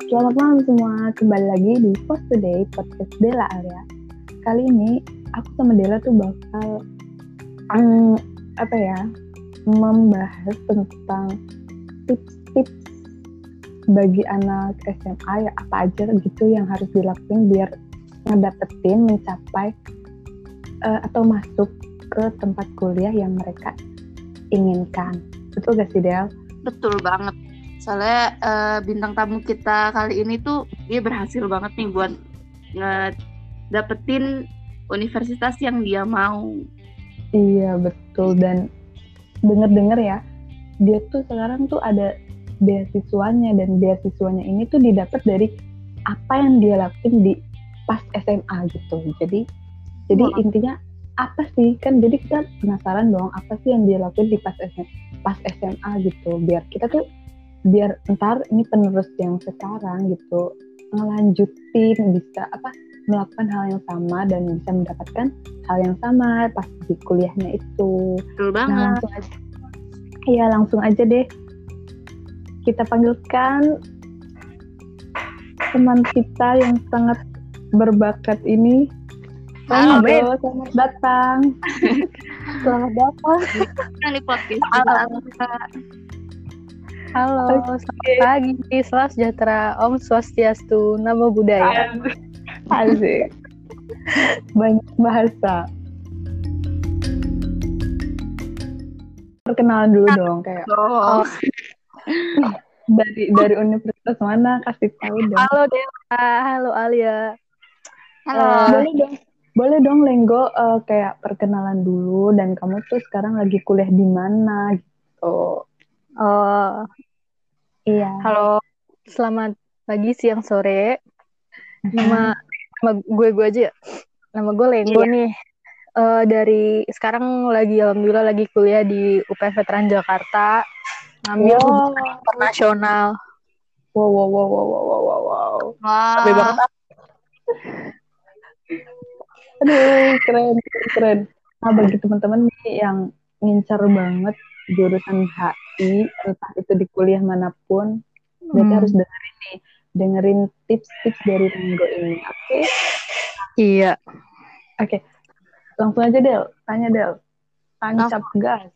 Selamat malam semua, kembali lagi di Post Today Podcast Della Alia. Kali ini aku sama Della tuh bakal membahas tentang tips-tips bagi anak SMA ya, apa aja gitu yang harus dilakuin biar mencapai atau masuk ke tempat kuliah yang mereka inginkan. Betul gak sih, Del? Betul banget. Soalnya bintang tamu kita kali ini tuh dia berhasil banget nih buat dapetin universitas yang dia mau. Iya, betul. Dan denger-denger ya, dia tuh sekarang tuh ada beasiswanya, dan beasiswanya ini tuh didapat dari apa yang dia lakuin di pas SMA gitu. Jadi intinya apa sih? Kan jadi kita penasaran dong, apa sih yang dia lakuin di pas SMA gitu. Biar ntar ini penerus yang sekarang gitu ngelanjutin, bisa melakukan hal yang sama dan bisa mendapatkan hal yang sama pas di kuliahnya itu. Betul banget. Langsung aja deh kita panggilkan teman kita yang sangat berbakat ini. Halo, selamat datang. Selamat datang di podcast. Halo, selamat pagi, salam sejahtera, Om Swastiastu, Namo Buddhaya. Asik. Banyak bahasa. Perkenalan dulu dong, kayak dari universitas mana, kasih tahu dong. Halo Dewa, halo Alia. Halo. Boleh dong Lenggo, kayak perkenalan dulu, dan kamu tuh sekarang lagi kuliah di mana gitu. Oh, iya. Halo, selamat pagi, siang, sore. Nama gue aja ya. Nama gue Lenggo nih. Dari sekarang alhamdulillah lagi kuliah di UPN Veteran Jakarta. Ngambil hubungan internasional. Wow. Sampai banget. Aduh, keren. Nah, bagi teman-teman nih yang ngincar banget jurusan HI, entah itu di kuliah manapun, berarti harus dengerin tips-tips dari Lenggo ini, oke? Iya. Oke. Langsung aja Del, tanya Del. Tancap gas.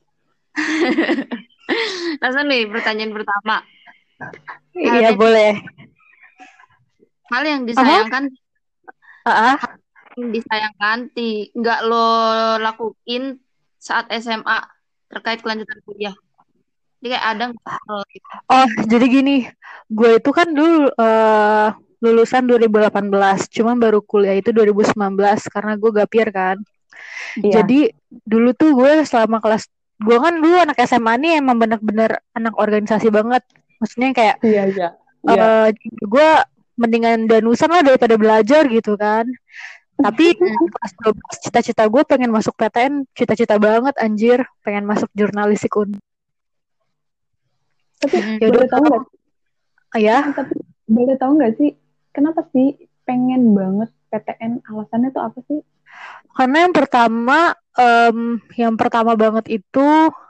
Langsung nih pertanyaan pertama. Iya, boleh. Hal yang disayangkan nggak lo lakuin saat SMA terkait kelanjutan kuliah. Jadi kayak ada nggak hal gitu? Oh, jadi gini, gue itu kan dulu lulusan 2018, cuman baru kuliah itu 2019 karena gue gap year kan. Iya. Jadi dulu tuh gue gue kan dulu anak SMA nih emang bener-bener anak organisasi banget. Maksudnya kayak gue mendingan danusan lah daripada belajar gitu kan. Tapi pas 12 cita-cita gue pengen masuk PTN, cita-cita banget anjir, pengen masuk jurnalistik Tapi boleh tahu nggak? Tapi boleh tahu nggak sih kenapa sih pengen banget PTN? Alasannya tuh apa sih? Karena yang pertama banget itu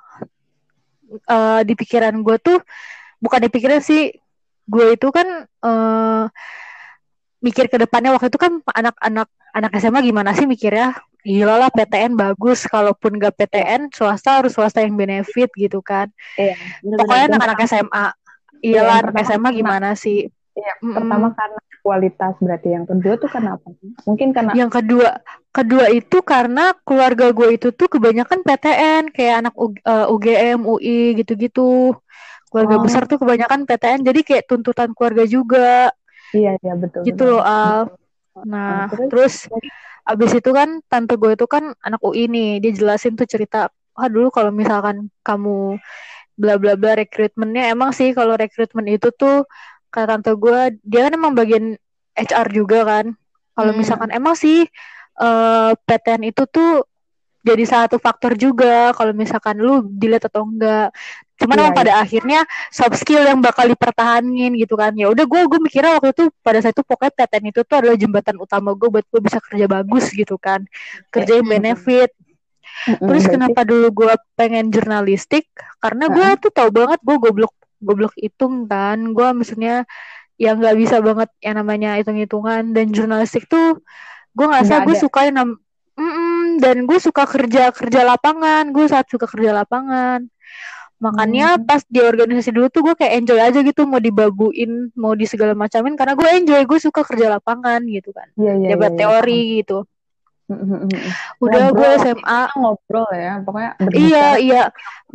di pikiran gue tuh, bukan di pikiran sih, gue itu kan mikir ke depannya. Waktu itu kan anak SMA gimana sih mikirnya? Gila lah PTN bagus, kalaupun gak PTN swasta harus swasta yang benefit gitu kan. Iya, pokoknya anak-anak SMA iyalah anak SMA gimana sih. Iya, pertama karena kualitas, berarti yang kedua tuh kenapa? Mungkin karena yang kedua itu karena keluarga gue itu tuh kebanyakan PTN, kayak anak UGM, UI gitu-gitu. Keluarga besar tuh kebanyakan PTN, jadi kayak tuntutan keluarga juga. Iya betul. Gitu loh, Al. Nah, terus abis itu kan tante gue itu kan anak UI nih, dia jelasin tuh cerita, dulu kalau misalkan kamu bla bla bla rekrutmennya, emang sih kalau rekrutmen itu tuh kata tante gue, dia kan emang bagian HR juga kan. Kalau misalkan emang sih PTN itu tuh jadi satu faktor juga kalau misalkan lu dilihat atau enggak. Cuman pada akhirnya soft skill yang bakal dipertahanin gitu kan. Ya udah gue mikirnya waktu itu pada saat itu pokoknya PTN itu tuh adalah jembatan utama gue buat gue bisa kerja bagus gitu kan. Kerja yang benefit. Terus kenapa dulu gue pengen jurnalistik? Karena gue tuh tahu banget gue goblok hitung kan. Gue maksudnya yang nggak bisa banget yang namanya hitung-hitungan. Dan jurnalistik tuh gue ngerasa gue suka dan gue suka kerja lapangan, gue saat suka kerja lapangan. Makanya pas di organisasi dulu tuh gue kayak enjoy aja gitu, mau dibabuin, mau di segala macamin, karena gue enjoy, gue suka kerja lapangan gitu kan. Jabat teori gitu. Udah gue SMA ngobrol ya, pokoknya berbicara. Iya.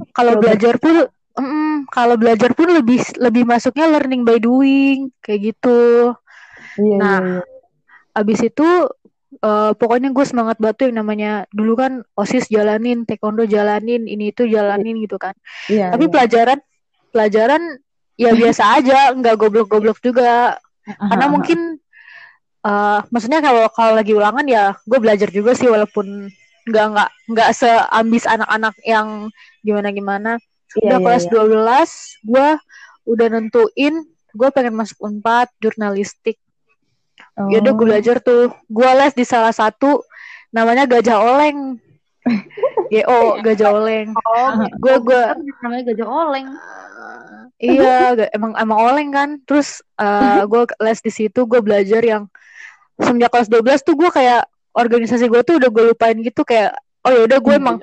Kalau belajar pun lebih masuknya learning by doing kayak gitu. Nah, abis itu pokoknya gue semangat banget yang namanya dulu kan OSIS jalanin, taekwondo jalanin, ini itu jalanin gitu kan. Tapi pelajaran ya biasa aja, nggak goblok-goblok juga. Karena mungkin maksudnya kalau lagi ulangan ya gue belajar juga sih, walaupun nggak seambis anak-anak yang gimana. Udah kelas 12 gue udah nentuin gue pengen masuk Unpad jurnalistik. Yaudah gue belajar tuh, gue les di salah satu namanya Gajah Oleng. Gajah Oleng. Gue namanya Gajah Oleng. Iya, emang oleng kan. Terus gue les di situ, gue belajar yang semenjak kelas 12 tuh gue kayak organisasi gue tuh udah gue lupain gitu, kayak yaudah gue emang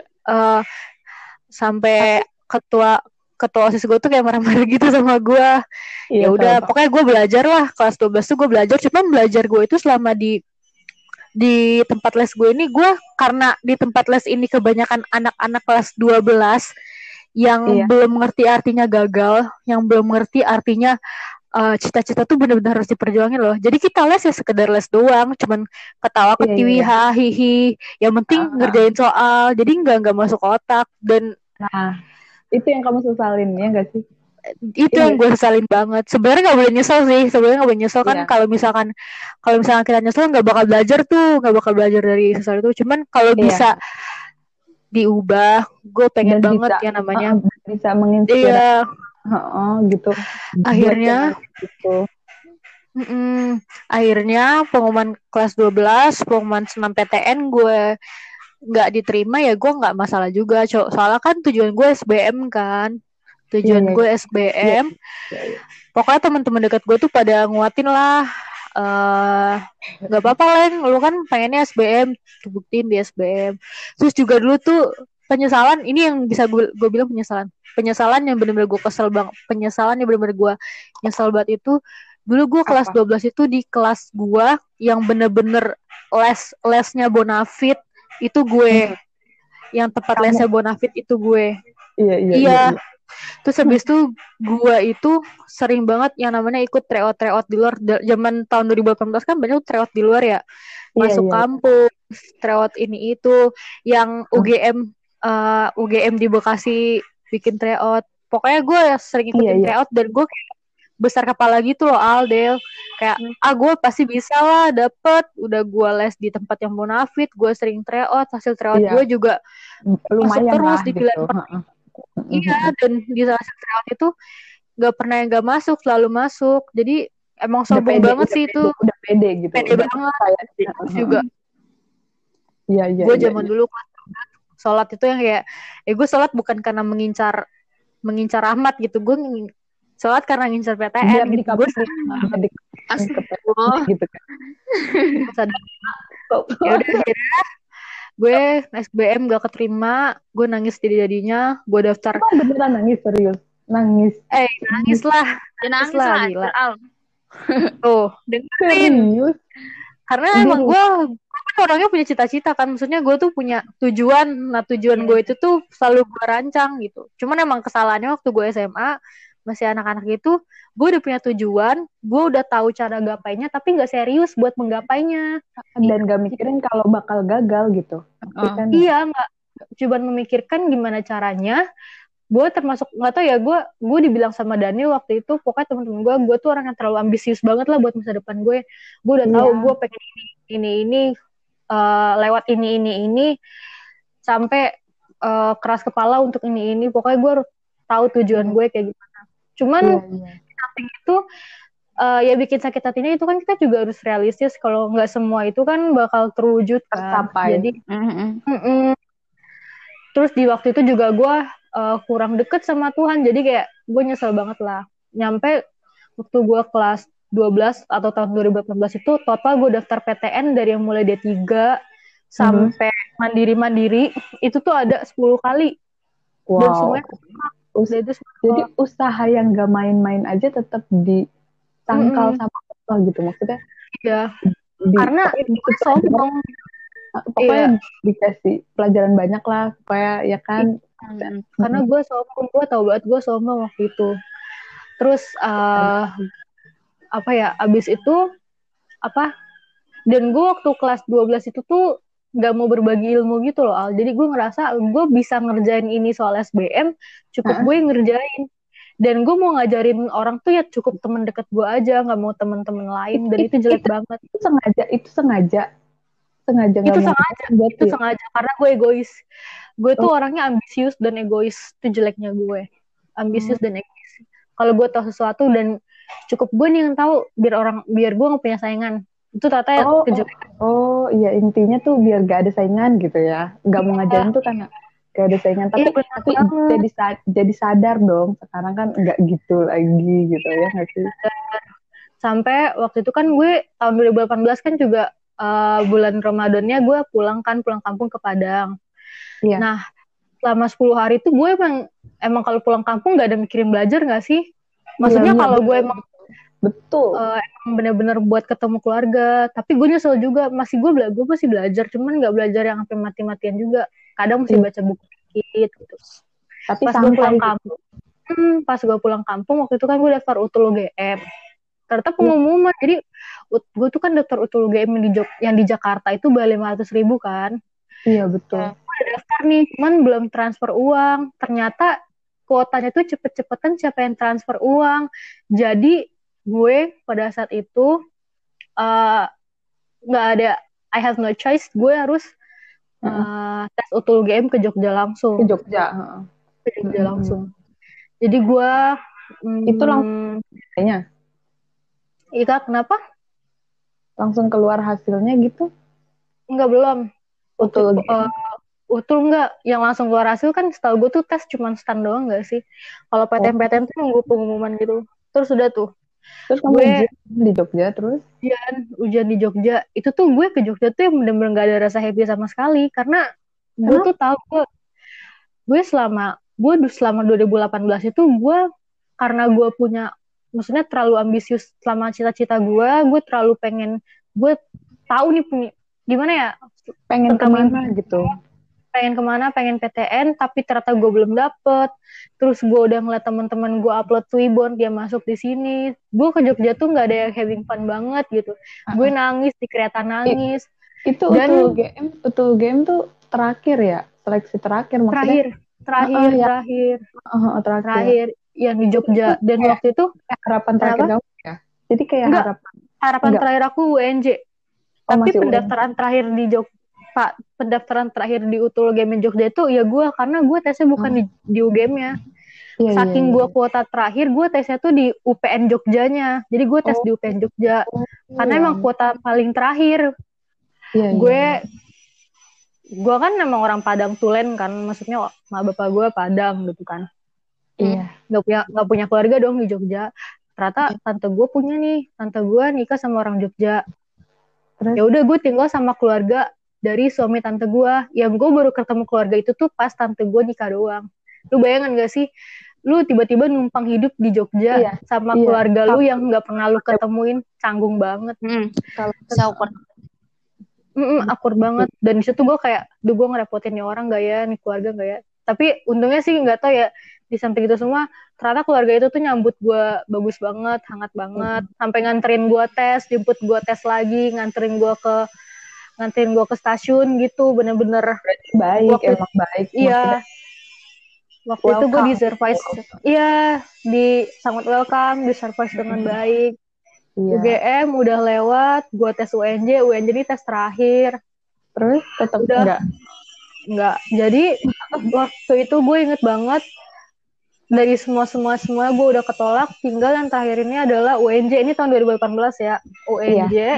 sampai ketua OSIS gue tuh kayak marah-marah gitu sama gue. Ya udah, pokoknya gue belajar lah. Kelas 12 tuh gue belajar, cuman belajar gue itu selama di tempat les gue ini, gue karena di tempat les ini kebanyakan anak-anak kelas 12 yang belum mengerti artinya gagal, yang belum mengerti artinya cita-cita tuh benar-benar harus diperjuangin loh. Jadi kita les ya sekedar les doang, cuman ketawa ketiwi, hahihi, yang penting ngerjain soal. Jadi nggak masuk otak. Dan itu yang kamu sesalin ya nggak sih? Itu yang gue sesalin banget. Sebenarnya nggak boleh nyesel sih. Kan kalau misalkan kita nyesel nggak bakal belajar dari sesal itu. Cuman kalau bisa diubah, gue pengen dan banget ya namanya bisa menginspirasi. Gitu. Akhirnya gitu. Akhirnya pengumuman kelas 12, pengumuman senam PTN gue nggak diterima, ya gue nggak masalah juga. Soalnya kan tujuan gue SBM kan. Gue SBM. Pokoknya teman-teman dekat gue tuh pada nguatin lah. Gak apa-apa Leng, lu kan pengennya SBM, buktiin di SBM. Terus juga dulu tuh penyesalan, ini yang bisa gue bilang penyesalan yang benar-benar gue kesel banget, penyesalan yang benar-benar gue nyesel banget itu, dulu gue kelas 12 itu di kelas gue yang bener-bener lesnya bonafit itu gue, yang tempat lesnya bonafit itu gue. Iya. Terus habis itu gue itu sering banget yang namanya ikut tryout di luar. Zaman tahun 2018 kan banyak tryout di luar ya. Masuk kampus, tryout ini itu, yang UGM di Bekasi bikin tryout. Pokoknya gue sering ikutin tryout dan gue kayak besar kepala gitu loh Aldel. Kayak gue pasti bisa lah dapet. Udah gue les di tempat yang bonafit, gue sering tryout, hasil tryout gue juga lumayan masuk terus lah, di pilihan gitu. Iya, dan di hasil tryout itu gak pernah yang gak masuk, selalu masuk. Jadi emang sombong banget sih itu. Udah pede gitu. Pede banget. Terus juga gue zaman dulu kan sholat itu yang kayak gue sholat bukan karena mengincar rahmat gitu, gue sholat karena ngincar PTN gitu. Gue astagfirullah gitu kan. Ya udah akhirnya gue SBM gak keterima, gue nangis jadi-jadinya, gue daftar. Beneran nangis, serius? Nangis lah. Ya nangis lah, gila. Tuh, dengerin. Serius? Karena emang gue kan orangnya punya cita-cita kan, maksudnya gue tuh punya tujuan. Nah tujuan gue itu tuh selalu gue rancang gitu. Cuman emang kesalahannya waktu gue SMA masih anak-anak itu, gue udah punya tujuan, gue udah tahu cara gapainya, tapi nggak serius buat menggapainya dan nggak mikirin kalau bakal gagal gitu. Iya, nggak, coba memikirkan gimana caranya. Gue termasuk nggak tahu ya, gue dibilang sama Daniel waktu itu, pokoknya teman-teman gue tuh orang yang terlalu ambisius banget lah buat masa depan gue. Gue udah tahu gue pengen ini lewat ini sampai keras kepala untuk ini. Pokoknya gue tahu tujuan gue kayak gimana. Cuman samping itu ya bikin sakit hatinya itu kan kita juga harus realistis kalau nggak semua itu kan bakal terwujud kan. Jadi terus di waktu itu juga gue kurang deket sama Tuhan, jadi kayak gue nyesel banget lah. Nyampe waktu gue kelas 2012 atau tahun 2018 itu total gue daftar PTN dari yang mulai D3 sampai mandiri-mandiri itu tuh ada 10 kali. Dan Wow. semuanya Jadi usaha yang gak main-main aja tetap ditangkal sama Allah gitu maksudnya. Iya. Karena gue sombong. Pokoknya dikasih pelajaran banyak lah supaya ya kan. Karena gue sombong, gue tau banget gue sombong waktu itu. Terus abis itu dan gue waktu kelas 12 itu tuh gak mau berbagi ilmu gitu loh Al. Jadi gue ngerasa gue bisa ngerjain ini soal SBM, cukup gue ngerjain. Dan gue mau ngajarin orang tuh ya cukup temen deket gue aja, gak mau temen-temen lain. Dan itu jelek banget. Itu sengaja karena gue egois. Gue tuh orangnya ambisius dan egois. Itu jeleknya gue. Ambisius dan egois. Kalau gue tahu sesuatu dan cukup gue nih yang tahu biar gue gak punya saingan. Itu tata kejelekan. Oh iya, intinya tuh biar gak ada saingan gitu ya. Gak mau ngajarin tuh karena gak ada saingan. Tapi jadi sadar dong. Sekarang kan gak gitu lagi gitu ya gak sih? Sampai waktu itu kan gue tahun 2018 kan juga bulan Ramadannya gue pulang kampung ke Padang. Iya. Nah, selama 10 hari itu gue emang kalau pulang kampung gak ada mikirin belajar gak sih? Maksudnya kalau gue emang betul emang bener-bener buat ketemu keluarga. Tapi gue nyesel juga, gue masih belajar, cuman gak belajar yang sampai mati-matian juga. Kadang masih baca buku dikit gitu. Tapi pas gue pulang kampung waktu itu kan gue daftar UTUL UGM. Ternyata pengumuman, jadi gue tuh kan daftar UTUL UGM yang di Jakarta itu bayar 500.000 kan. Iya betul. Gue daftar nih, cuman belum transfer uang. Ternyata kuotanya tuh cepet-cepetan siapa yang transfer uang. Jadi gue pada saat itu nggak ada, I have no choice. Gue harus tes UTUL UGM ke Jogja langsung. Ke Jogja langsung. Jadi gue itu langsung kayaknya. Ika, kenapa? Langsung keluar hasilnya gitu? Enggak, belum. UTUL enggak. Yang langsung keluar hasil kan setahu gue tuh tes cuma stand doang gak sih? Kalau PTN tuh nunggu pengumuman gitu. Terus udah tuh. Terus kamu ujian di Jogja terus? Ujian di Jogja. Itu tuh gue ke Jogja tuh yang bener-bener gak ada rasa happy sama sekali. Karena gue tuh tahu gue selama 2018 itu gue karena gue punya, maksudnya terlalu ambisius selama cita-cita gue terlalu pengen, gue tahu nih punya gimana ya, pengen kemana gitu, pengen PTN tapi ternyata gue belum dapet. Terus gue udah ngeliat teman-teman gue upload Twibbon, dia masuk di sini, gue ke Jogja tuh nggak ada yang having fun banget gitu. Gue nangis di kereta nangis. Itu UTUL UGM tuh terakhir ya, seleksi terakhir maksudnya? Terakhir yang di Jogja. Dan waktu itu harapan terakhir kamu ya? Jadi kayak harapan terakhir aku UNJ. Tapi pendaftaran terakhir di Jogja, pendaftaran terakhir di UTUL UGM Jogja itu ya gue, karena gue tesnya bukan di UGM-nya. Saking gue kuota terakhir, gue tesnya tuh di UPN Jogjanya. Jadi gue tes di UPN Jogja. Karena emang kuota paling terakhir. Gue kan emang orang Padang Tulen kan, maksudnya sama bapak gue Padang gitu kan. Nggak punya keluarga dong di Jogja. Ternyata tante gue nikah sama orang Jogja. Ya udah gue tinggal sama keluarga dari suami tante gue. Yang gue baru ketemu keluarga itu tuh pas tante gue nikah doang. Lu bayangan gak sih, lu tiba-tiba numpang hidup di Jogja sama keluarga lu yang nggak pernah lu ketemuin, canggung banget. Awkward banget. Dan disitu gue kayak, gue ngerepotin nih orang gak ya, nih keluarga gak ya. Tapi untungnya sih nggak tahu ya, di samping itu semua ternyata keluarga itu tuh nyambut gue bagus banget, hangat banget, sampai nganterin gue tes, jemput gue tes lagi, nganterin gue ke stasiun gitu, bener-bener baik. Iya, waktu itu gue di service, sangat welcome, di service dengan baik. UGM udah lewat, gue tes UNJ ini tes terakhir. Terus tetap enggak. Jadi waktu itu gue inget banget, dari semua gue udah ketolak, tinggal yang terakhir ini adalah UNJ. Ini tahun 2018 ya, UNJ.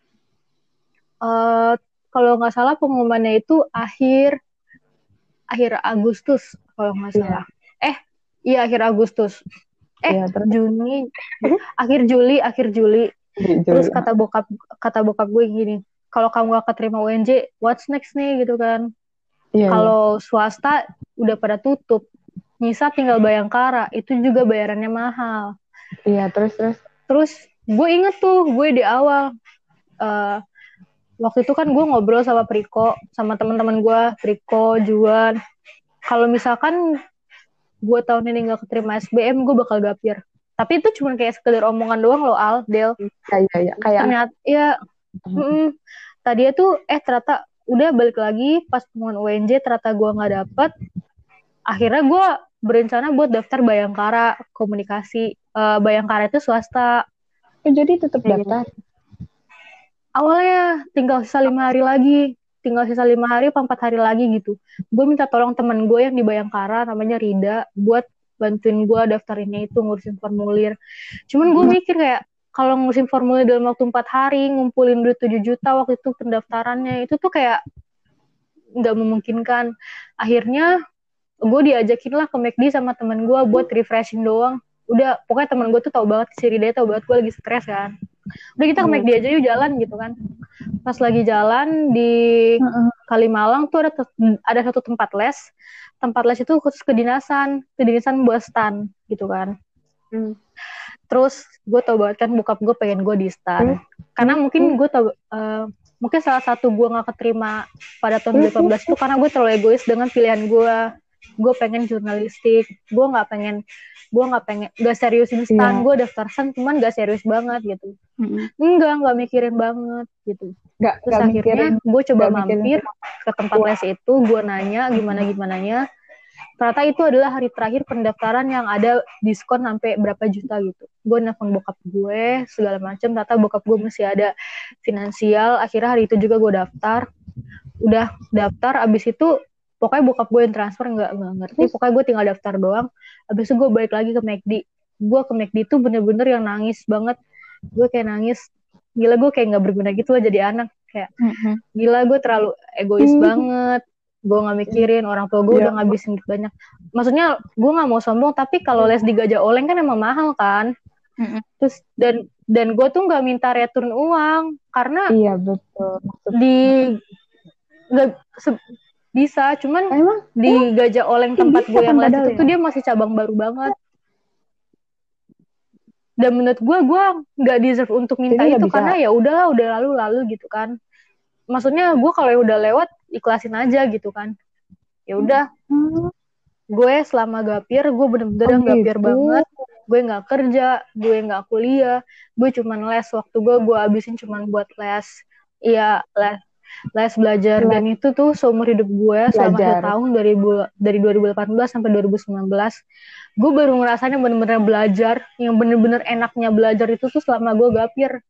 Kalau nggak salah pengumumannya itu akhir Agustus kalau nggak salah. Akhir Agustus. Juni, akhir Juli. Terus kata bokap gue gini, kalau kamu gak keterima UNJ, what's next nih gitu kan? Kalau swasta udah pada tutup, nyisa tinggal Bayangkara, itu juga bayarannya mahal. Iya, terus gue inget tuh, gue di awal waktu itu kan gue ngobrol sama Priko, sama teman-teman gue, Priko, Juan. Kalau misalkan gue tahun ini gak keterima SBM, gue bakal gapir. Tapi itu cuma kayak sekedar omongan doang loh, Al, Del. Iya. Ternyata ya tadi itu ternyata udah balik lagi pas pengumuman UNJ, ternyata gue nggak dapet. Akhirnya gue berencana buat daftar Bayangkara komunikasi. Bayangkara itu swasta. Jadi tetap daftar. Awalnya tinggal sisa 5 hari lagi. Tinggal sisa 5 hari apa 4 hari lagi gitu. Gue minta tolong teman gue yang di Bayangkara, namanya Rida, buat bantuin gue daftarinnya itu, ngurusin formulir. Cuman gue mikir kayak, kalau ngurusin formulir dalam waktu 4 hari, ngumpulin duit 7 juta waktu itu pendaftarannya, itu tuh kayak nggak memungkinkan. Akhirnya gue diajakin lah ke McD sama temen gue buat refreshing doang. Udah, pokoknya temen gue tuh tau banget, si Rida tau banget gue lagi stres kan. Udah kita ke McD aja yuk, jalan gitu kan. Pas lagi jalan di Kalimalang tuh ada satu tempat les. Tempat les itu khusus kedinasan buat stan gitu kan. Terus gue tau banget kan bokap gue pengen gue di stan. Karena mungkin gue tau, mungkin salah satu gue gak keterima pada tahun 2018 itu karena gue terlalu egois dengan pilihan gue. Gue pengen jurnalistik, gue nggak pengen nggak seriusin stan. Gue daftar stan cuman nggak serius banget gitu. Nggak mikirin banget gitu. Terus akhirnya gue coba mampir ke tempat les itu, gue nanya gimananya. Ternyata itu adalah hari terakhir pendaftaran yang ada diskon sampai berapa juta gitu. Gue nelfon bokap gue segala macam, ternyata bokap gue masih ada finansial. Akhirnya hari itu juga gue daftar. Udah daftar, abis itu pokoknya bokap gue yang transfer, nggak ngerti. Pokoknya gue tinggal daftar doang. Abis itu gue balik lagi ke McD. Gue ke McD tuh bener-bener yang nangis banget. Gue kayak nangis. Gila, gue kayak nggak berguna gitu loh jadi anak. Kayak gila, gue terlalu egois banget. Gue nggak mikirin orang tua gue udah ngabisin banyak. Maksudnya gue nggak mau sombong, tapi kalau les di Gajah Oleng kan emang mahal kan. Terus dan gue tuh nggak minta return uang karena betul. Bisa, cuman di Gajah Oleng tempat gue yang les itu tuh dia masih cabang baru banget. Dan menurut gue nggak deserve untuk minta itu karena ya udahlah, udah lalu gitu kan. Maksudnya gue kalau udah lewat ikhlasin aja gitu kan. Ya udah, gue selama gapir gue bener-bener gapir banget. Gue nggak kerja, gue nggak kuliah, gue cuman les. Waktu gue habisin cuman buat les. Iya, les belajar. Dan itu tuh seumur hidup gue selama 1 tahun dari 2018 sampai 2019 gue baru ngerasain bener-bener belajar. Yang bener-bener enaknya belajar itu tuh selama gue gapir.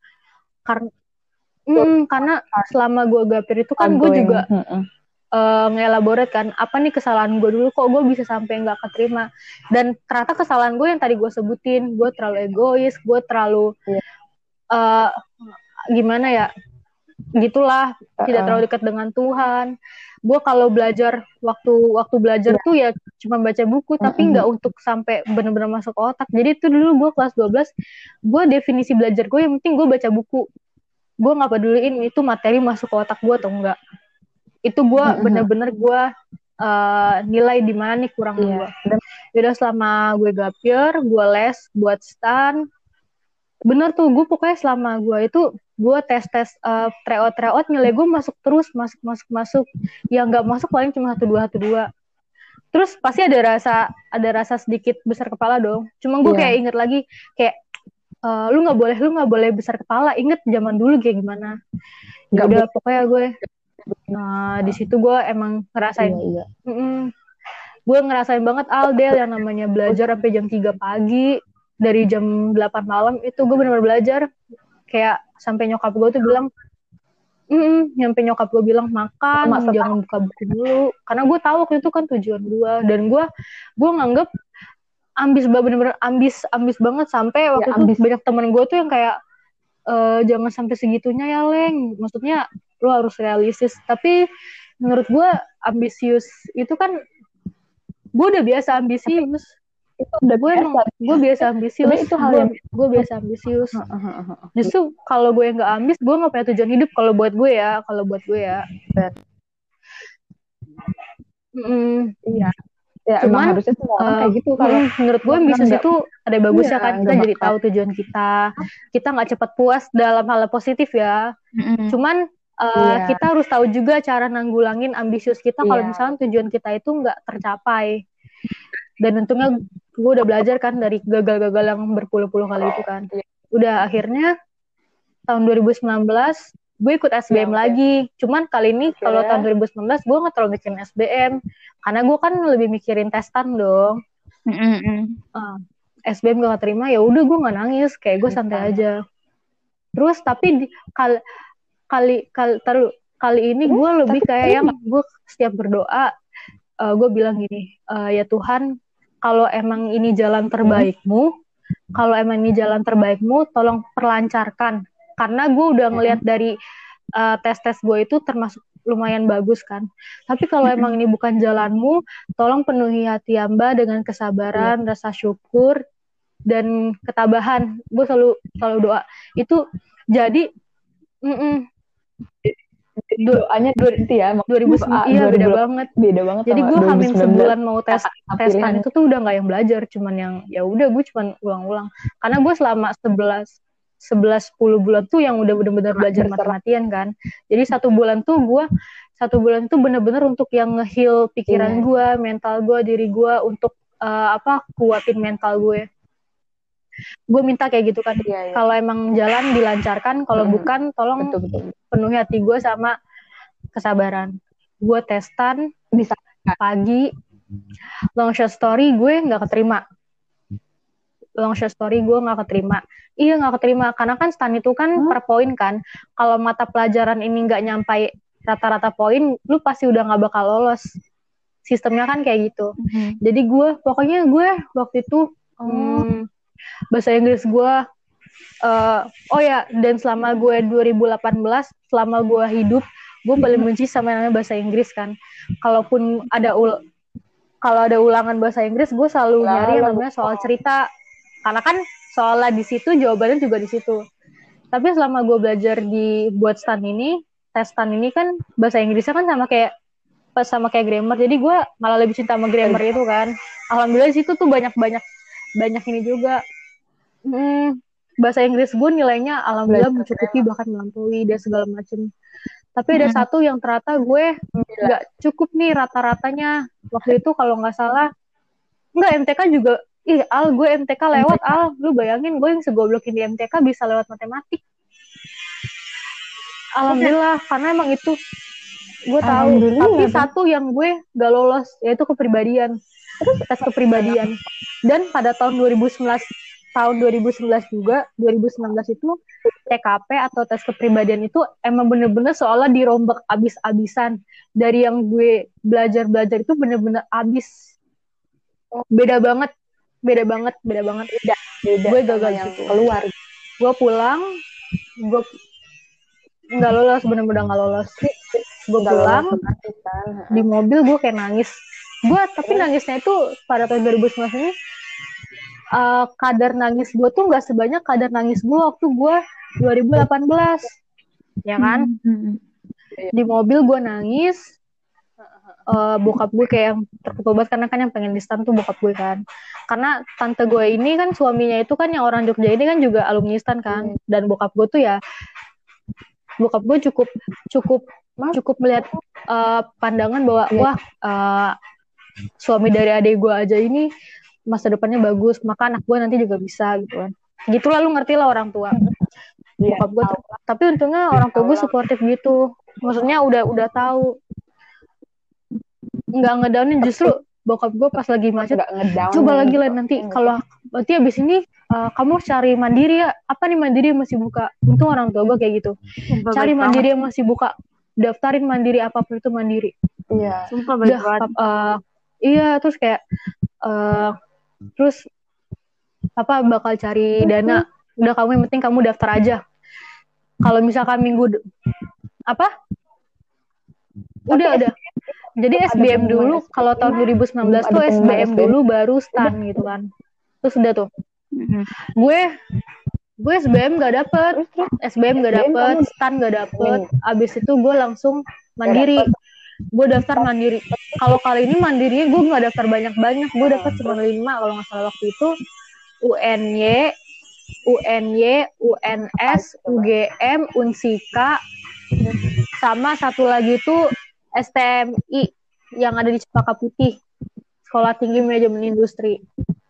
Karena selama gue gapir itu kan gue juga ngelaborate kan, apa nih kesalahan gue dulu kok gue bisa sampai nggak keterima. Dan ternyata kesalahan gue yang tadi gue sebutin, gue terlalu egois, gue terlalu gimana ya, gitulah, tidak terlalu dekat dengan Tuhan. Gue kalau belajar, waktu belajar tuh ya cuma baca buku, tapi nggak untuk sampai benar-benar masuk ke otak. Jadi itu dulu gue kelas 12, gue definisi belajar gue yang penting gue baca buku. Gue nggak peduliin itu materi masuk ke otak gue atau enggak. Itu gue bener-bener gue nilai di mana nih kurang gue. Udah selama gue gapir, gue les buat stan. Bener tuh, gue pokoknya selama gue itu gue tes tryout nilai gue masuk terus, masuk. Yang nggak masuk paling cuma 1-2. Terus pasti ada rasa sedikit besar kepala dong. Cuma gue kayak inget lagi kayak lu nggak boleh besar kepala. Inget zaman dulu kayak gimana. Ya udah pokoknya gue di situ gue emang ngerasain. Gue ngerasain banget Aldel yang namanya belajar sampai jam 3 pagi, dari jam 8 malam itu gue benar-benar belajar. Kayak sampai nyokap gue tuh bilang makan, jangan buka buku dulu. Karena gue tahu waktu itu kan tujuan gue. Dan gue nganggep bener-bener ambis banget. Sampai waktu itu banyak temen gue tuh yang kayak jangan sampai segitunya ya Leng. Maksudnya lo harus realistis. Tapi menurut gue ambisius itu kan, gue udah biasa ambisius. itu udah gue biasa ambisius. Itu hal yang gue biasa ambisius. Justru kalau gue nggak ambis, gue nggak punya tujuan hidup. Kalau buat gue ya. Iya. Ya, cuman emang harusnya semua orang kayak gitu. Kalau menurut gue ambisius itu ada bagusnya kan, kita jadi tahu tujuan kita nggak cepat puas dalam hal positif ya. Cuman kita harus tahu juga cara nanggulangin ambisius kita kalau misalnya tujuan kita itu nggak tercapai. Dan untungnya gue udah belajar kan dari gagal-gagal yang berpuluh-puluh kali itu kan. Udah akhirnya tahun 2019 gue ikut SBM lagi. Cuman kali ini kalau tahun 2019 gue nggak terlalu mikirin SBM karena gue kan lebih mikirin testan dong. SBM gue gak terima, ya udah gue nggak nangis, kayak gue santai aja. Terus tapi kali ini gue lebih kayak yang gue setiap berdoa gue bilang gini, ya Tuhan, kalau emang ini jalan terbaikmu, tolong perlancarkan. Karena gue udah ngelihat dari tes gue itu termasuk lumayan bagus kan. Tapi kalau emang ini bukan jalanmu, tolong penuhi hati hamba dengan kesabaran, rasa syukur, dan ketabahan. Gue selalu doa. Itu jadi doanya berarti ya 2009 iya beda banget. Jadi gue hamil sebulan mau testan itu tuh udah nggak yang belajar, cuman yang ya udah gue cuman ulang-ulang. Karena gue selama 11-10 bulan tuh yang udah benar-benar belajar mati-matian kan. Jadi satu bulan tuh benar-benar untuk yang nge-heal pikiran gue, mental gue, diri gue, untuk kuatin mental gue. Gue minta kayak gitu kan. Kalau emang jalan dilancarkan, kalau bukan tolong penuhi hati gue sama kesabaran. Gue testan bisa pagi, long short story gue nggak keterima. Iya nggak keterima karena kan STAN itu kan per poin kan. Kalau mata pelajaran ini nggak nyampai rata-rata poin, lu pasti udah nggak bakal lolos. Sistemnya kan kayak gitu. Jadi gue waktu itu bahasa Inggris gue dan selama gue 2018 selama gue hidup, gue paling benci sama namanya bahasa Inggris kan. Kalaupun kalau ada ulangan bahasa Inggris, gue selalu nyari yang namanya soal cerita. Karena kan soalnya di situ, jawabannya juga di situ. Tapi selama gue belajar buat STAN ini, tes STAN ini kan bahasa Inggrisnya kan sama kayak grammar. Jadi gue malah lebih cinta sama grammar itu kan. Alhamdulillah di situ tuh banyak ini juga. Bahasa Inggris gue nilainya alhamdulillah mencukupi, bahkan melampaui dan segala macam. Tapi ada satu yang ternyata gue nggak cukup nih rata-ratanya. Waktu itu kalau nggak salah, MTK juga. Gue MTK lewat, lu bayangin gue yang segoblok di MTK bisa lewat matematik. Alhamdulillah, karena emang itu gue tahu. Tapi satu yang gue gak lolos, yaitu kepribadian. Tes kepribadian. Dan pada tahun 2019 juga, 2019 itu TKP atau tes kepribadian itu emang bener-bener seolah dirombak abis-abisan. Dari yang gue belajar itu bener-bener abis. Beda banget. Gue gagal gitu. Keluar. Gue pulang, gue nggak lolos, bener-bener nggak lolos. Gue pulang di mobil, gue kayak nangis. Tapi nangisnya itu pada tahun 2019 ini kadar nangis gue tuh nggak sebanyak kadar nangis gue waktu gue 2018, ya kan? Di mobil gue nangis. Bokap gue kayak yang terpukul banget karena kan yang pengen di STAN tuh bokap gue kan. Karena tante gue ini kan suaminya itu kan yang orang Jogja ini kan juga alumni STAN kan. Dan bokap gue tuh bokap gue cukup melihat pandangan bahwa suami dari adik gue aja ini masa depannya bagus, maka anak gue nanti juga bisa gitu kan. Gitu lah, lu ngerti lah orang tua. Bokap gue tapi untungnya orang tua gue suportif gitu. Maksudnya udah tahu. Nggak ngedownin, justru bokap gue pas lagi macet, coba lagi lah nanti kalau berarti abis ini kamu cari mandiri ya, apa nih mandiri yang masih buka. Untung orang tua gue kayak gitu, cari mandiri yang masih buka, daftarin mandiri, apapun itu mandiri. Iya, sumpah baik banget. Iya, terus kayak terus bakal cari dana, udah kamu yang penting kamu daftar aja. Kalau misalkan minggu udah Jadi SBM dulu, kalau tahun 2019 tuh SBM dulu baru STAN gitu kan. Terus udah tuh. Gue SBM gak dapet, STAN gak dapet. Abis itu gue langsung mandiri. Gue daftar mandiri. Kalau kali ini mandirinya gue gak daftar banyak-banyak. Gue daftar cuma 5 kalau gak salah waktu itu. UNY, UNS, UGM, Unsika, sama satu lagi itu STMI yang ada di Cempaka Putih, Sekolah Tinggi Manajemen Industri.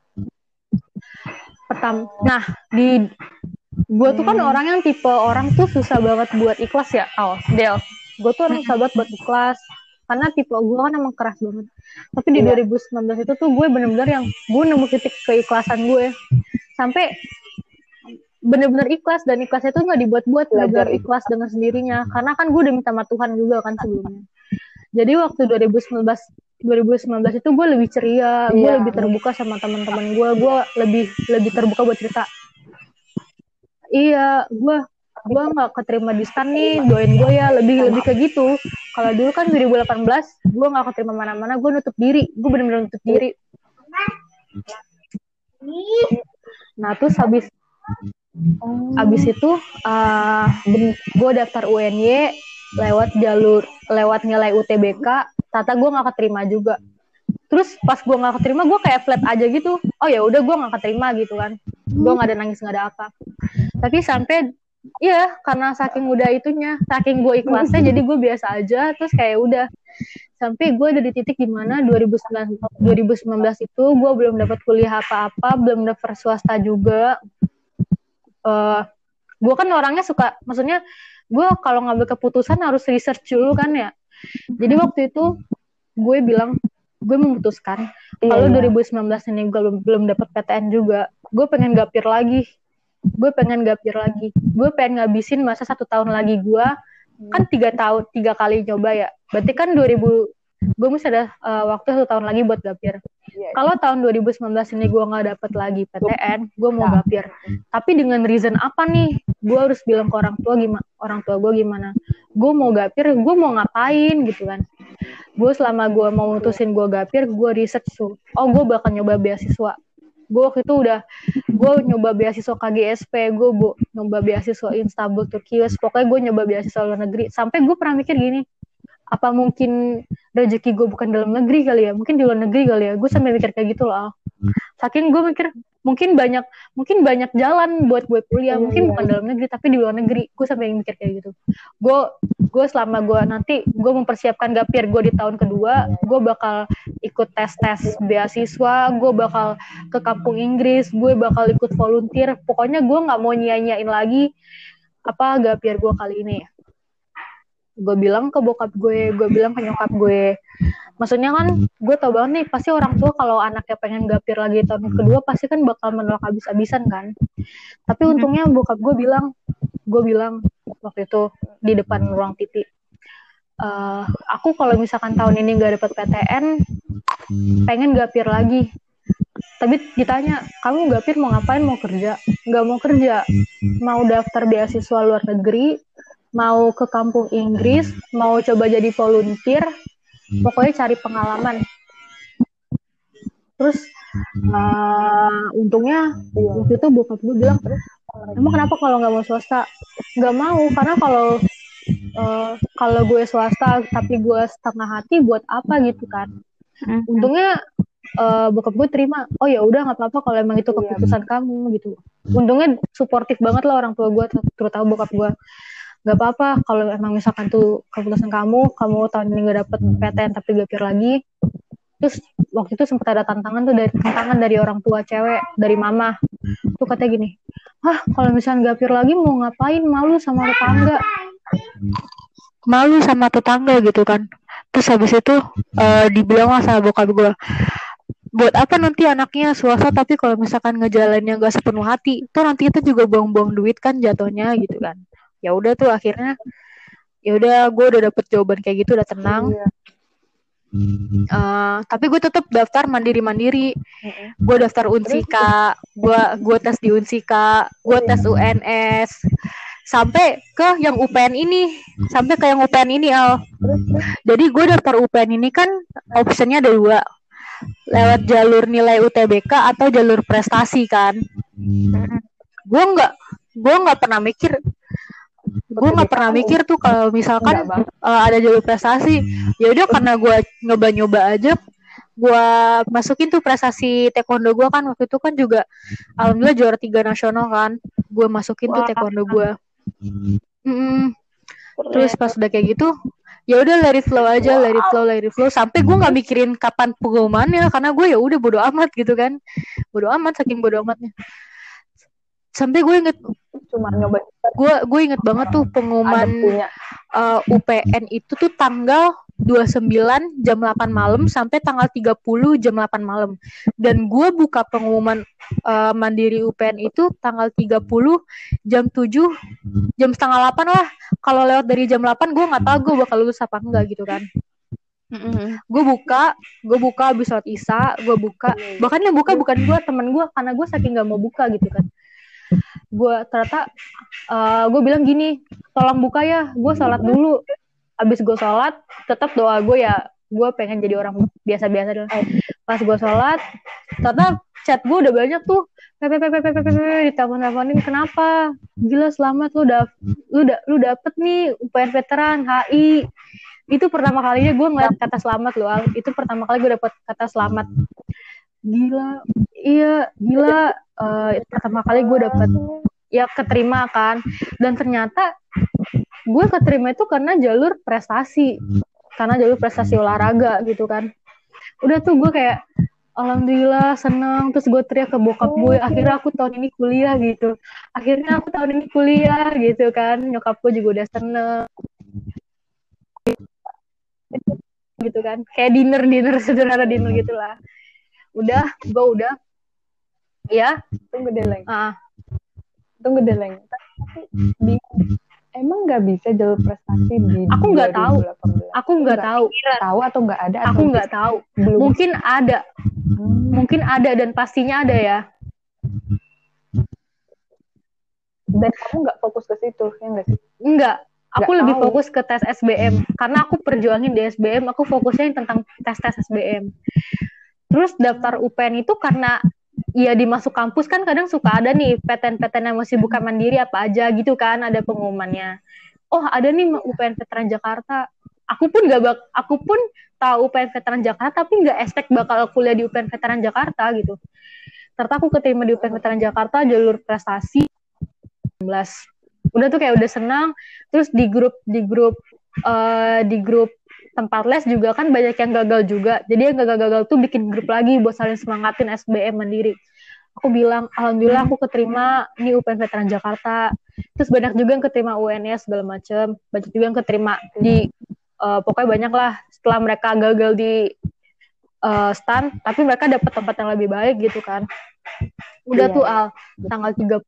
Nah, gue tuh kan orang yang tipe orang tuh susah banget buat ikhlas ya, Del. Gue tuh orang susah banget buat ikhlas, karena tipe gue kan emang keras banget. Tapi di 2019 itu tuh gue bener-bener yang gue nemu titik keikhlasan gue, sampai bener-bener ikhlas, dan ikhlasnya tuh nggak dibuat-buat, belajar ikhlas dengan sendirinya, karena kan gue udah minta sama Tuhan juga kan sebelumnya. Jadi waktu 2019 itu gue lebih ceria, gue lebih terbuka sama teman-teman gue lebih terbuka buat cerita. Iya, gue nggak keterima di STAN nih, doain gue ya, lebih kayak gitu. Kalau dulu kan 2018 gue nggak keterima mana-mana, gue nutup diri, gue bener-bener nutup diri. Nah terus habis itu gue daftar UNY lewat nilai UTBK, ternyata gue nggak keterima juga. Terus pas gue nggak keterima, gue kayak flat aja gitu. Oh ya udah, gue nggak keterima gitu kan. Gue nggak ada nangis, nggak ada apa. Tapi sampai karena saking gue ikhlasnya, jadi gue biasa aja. Terus kayak udah sampai gue ada di titik dimana 2019 itu gue belum dapat kuliah apa-apa, belum daftar swasta juga. Gue kan orangnya suka, maksudnya gue kalau ngambil keputusan harus research dulu kan ya. Jadi waktu itu gue memutuskan kalau 2019 ini gue belum dapat PTN juga, gue pengen gapir lagi. Gue pengen ngabisin masa 1 tahun lagi. Gue kan 3 kali nyoba ya, berarti kan gue mesti ada waktu 1 tahun lagi buat gapir. Kalau tahun 2019 ini gue nggak dapet lagi PTN, gue mau gapir. Tapi dengan reason apa nih? Gue harus bilang ke orang tua gue gimana? Gue mau gapir, gue mau ngapain gitu kan? Gue selama gue mau mutusin gue gapir, gue research tuh. Oh, gue bakal nyoba beasiswa. Gue waktu itu gue nyoba beasiswa KGSP, gue nyoba beasiswa Istanbul Turkiye, pokoknya gue nyoba beasiswa luar negeri. Sampai gue pernah mikir gini, apa mungkin rezeki gue bukan dalam negeri kali ya, mungkin di luar negeri kali ya. Gue sampai mikir kayak gitu loh. Saking gue mikir mungkin banyak jalan buat gue kuliah, mungkin bukan dalam negeri tapi di luar negeri. Gue sampai mikir kayak gitu. Gue selama gue mempersiapkan gapir gue di tahun kedua, gue bakal ikut tes beasiswa, gue bakal ke kampung Inggris, gue bakal ikut volunteer. Pokoknya gue nggak mau nyanyain lagi gapir gue kali ini ya. Gue bilang ke bokap gue bilang ke nyokap gue. Maksudnya kan gue tau banget nih, pasti orang tua kalau anaknya pengen gapir lagi tahun kedua pasti kan bakal menolak habis-habisan kan. Tapi untungnya bokap gue bilang waktu itu di depan ruang TV, aku kalau misalkan tahun ini gak dapet PTN, pengen gapir lagi. Tapi ditanya, kamu gapir mau ngapain? Mau kerja? Gak mau kerja, mau daftar beasiswa luar negeri, mau ke kampung Inggris, mau coba jadi volunteer, pokoknya cari pengalaman. Terus untungnya waktu itu bokap gue bilang, emang kenapa kalau nggak mau swasta? Nggak mau, karena kalau gue swasta tapi gue setengah hati buat apa gitu kan. Untungnya bokap gue terima, oh ya udah nggak apa-apa kalau emang itu keputusan kamu gitu. Untungnya suportif banget lah orang tua gue, terutama bokap gue. Gak apa-apa kalau emang misalkan tuh keputusan kamu tahun ini gak dapet PTN tapi gapir lagi. Terus waktu itu sempat ada tantangan dari orang tua cewek, dari mama tuh katanya gini, kalau misalnya gapir lagi mau ngapain, malu sama tetangga gitu kan. Terus habis itu dibilang sama bokap gue, buat apa nanti anaknya swasta tapi kalau misalkan ngejalaninnya gak sepenuh hati, tuh nanti itu juga buang-buang duit kan jatuhnya gitu kan. Ya udah tuh akhirnya gue udah dapet jawaban kayak gitu, udah tenang. Tapi gue tetap daftar mandiri. Gue daftar Unsika, gue tes di Unsika, gue tes UNS, sampai ke yang UPN ini, Al. Jadi gue daftar UPN ini kan optionnya ada 2, lewat jalur nilai UTBK atau jalur prestasi kan. Gue nggak pernah mikir tuh kalau misalkan ada jalur prestasi. Ya udah, karena gue nyoba aja, gue masukin tuh prestasi taekwondo gue kan. Waktu itu kan juga alhamdulillah juara 3 nasional kan. Gue masukin tuh taekwondo gue. Terus pas udah kayak gitu, ya udah let it flow sampai gue nggak mikirin kapan pengumumannya, karena gue ya udah bodo amat gitu kan. Saking bodo amatnya. Sampai gue inget banget tuh pengumuman UPN itu tuh tanggal 29 jam 8 malam sampai tanggal 30 jam 8 malam. Dan gue buka pengumuman mandiri UPN itu tanggal 30 jam 7 jam setengah 8 lah. Kalau lewat dari jam 8 gue nggak tahu gue bakal lulus apa enggak gitu kan. Gue buka habis sholat isya, gue buka. Bahkan yang buka bukan gue, temen gue, karena gue saking gak mau buka gitu kan. Gue ternyata gue bilang gini, tolong buka ya, gue sholat dulu. Abis gue sholat, tetap doa gue ya, gue pengen jadi orang biasa-biasa dulu. Pas gue sholat, ternyata chat gue udah banyak tuh, ditelepon-teleponin, kenapa? Gila, selamat, lu dapet nih UPN veteran HI. Itu pertama kalinya gue ngeliat kata selamat loh, Al. Itu pertama kali gue dapet kata selamat. Gila. Pertama kali gue dapet, ya keterima kan. Dan ternyata gue keterima itu karena jalur prestasi olahraga gitu kan. Udah tuh gue kayak alhamdulillah seneng. Terus gue teriak ke bokap gue, akhirnya aku tahun ini kuliah gitu kan. Nyokap gue juga udah seneng gitu kan, kayak dinner sederhana gitu lah. Gue udah ya tunggu deh Leng. Emang nggak bisa jalur prestasi di aku nggak tahu atau nggak ada? Aku nggak tahu. Mungkin ada dan pastinya ada ya. Dan kamu nggak fokus ke situ ya nggak sih? Enggak. Aku lebih fokus ke tes SBM karena aku perjuangin di SBM. Aku fokusnya tentang tes SBM. Terus daftar UPN itu karena ya di masuk kampus kan kadang suka ada nih PTN yang masih buka mandiri apa aja gitu kan, ada pengumumannya. Oh ada nih UPN Veteran Jakarta. Aku pun tahu UPN Veteran Jakarta tapi nggak expect bakal kuliah di UPN Veteran Jakarta gitu. Ternyata aku keterima di UPN Veteran Jakarta jalur prestasi 19. Udah tuh kayak udah senang. Terus di grup tempat les juga kan banyak yang gagal juga. Jadi yang gagal tuh bikin grup lagi buat saling semangatin SBM mandiri. Aku bilang, alhamdulillah aku keterima nih UPN Veteran Jakarta. Terus banyak juga yang keterima UNS segala macem. Banyak juga yang keterima di pokoknya banyak lah. Setelah mereka gagal di STAN, tapi mereka dapat tempat yang lebih baik gitu kan. Udah tuh tanggal 30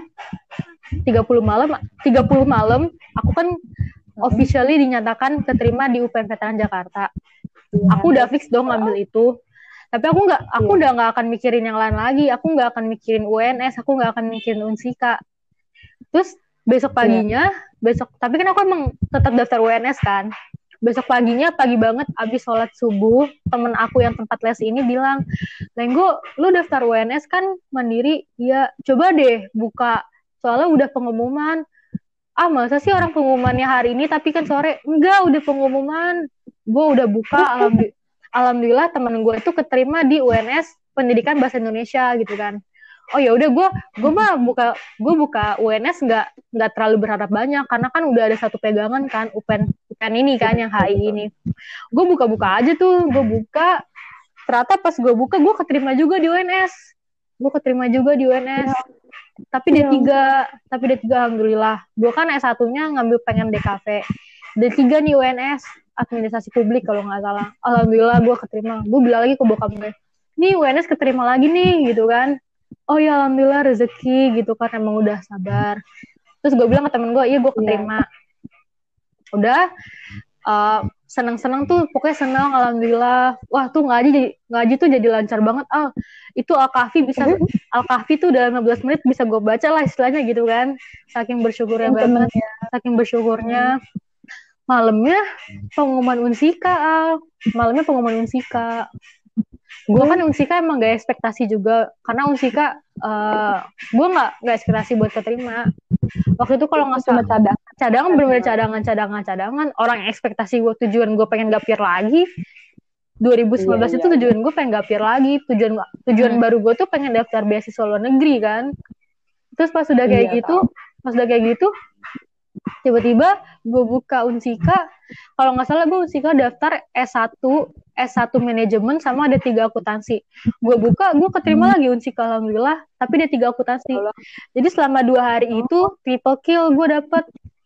malam aku kan officially dinyatakan keterima di UPN Veteran Jakarta. Aku udah fix dong ngambil itu. Tapi aku udah nggak akan mikirin yang lain lagi. Aku nggak akan mikirin UNS, aku nggak akan mikirin Unsika. Terus besok paginya, tapi kan aku emang tetap daftar UNS kan. Besok paginya, pagi banget, abis sholat subuh, temen aku yang tempat les ini bilang, Lenggo, lu daftar UNS kan mandiri? Ya, coba deh buka. Soalnya udah pengumuman. Masa sih orang pengumumannya hari ini tapi kan sore? Enggak, udah pengumuman. Gue udah buka, alhamdulillah temen gue itu keterima di UNS Pendidikan Bahasa Indonesia gitu kan. Oh ya udah, gue mah buka UNS nggak terlalu berharap banyak karena kan udah ada satu pegangan kan UPN ini kan yang HI ini. Gue buka aja tuh, ternyata pas gue buka gue keterima juga di UNS. Tapi D3 alhamdulillah. Gue kan S1-nya ngambil pengen DKV. D3 nih UNS administrasi publik kalau nggak salah. Alhamdulillah gue keterima. Gue bilang lagi ke bokap gue, nih UNS keterima lagi nih gitu kan. Oh ya alhamdulillah rezeki gitu kan, emang udah sabar. Terus gue bilang ke temen gue, iya gue keterima. Udah seneng-seneng tuh, pokoknya seneng, alhamdulillah. Wah tuh ngaji tuh jadi lancar banget. Itu Al-Kahfi tuh dalam 15 menit bisa gue baca lah istilahnya gitu kan. Saking bersyukurnya banget, saking bersyukurnya. Malamnya pengumuman Unsika, Gue kan Unsika emang gak ekspektasi juga, karena Unsika gue nggak ekspektasi buat keterima. Waktu itu kalau nggak salah cadangan bener-bener cadangan. Orang yang ekspektasi gue, tujuan gue pengen gapir lagi 2019 itu tujuan gue pengen gapir lagi, tujuan baru gue tuh pengen daftar beasiswa luar negeri kan. Terus pas udah kayak gitu tiba-tiba gue buka Unsika, kalau nggak salah gue Unsika daftar S1 manajemen sama ada 3 akuntansi. Gue buka, gue keterima lagi Unsika alhamdulillah, tapi ada 3 akuntansi. Jadi selama 2 hari itu triple kill gue dapet.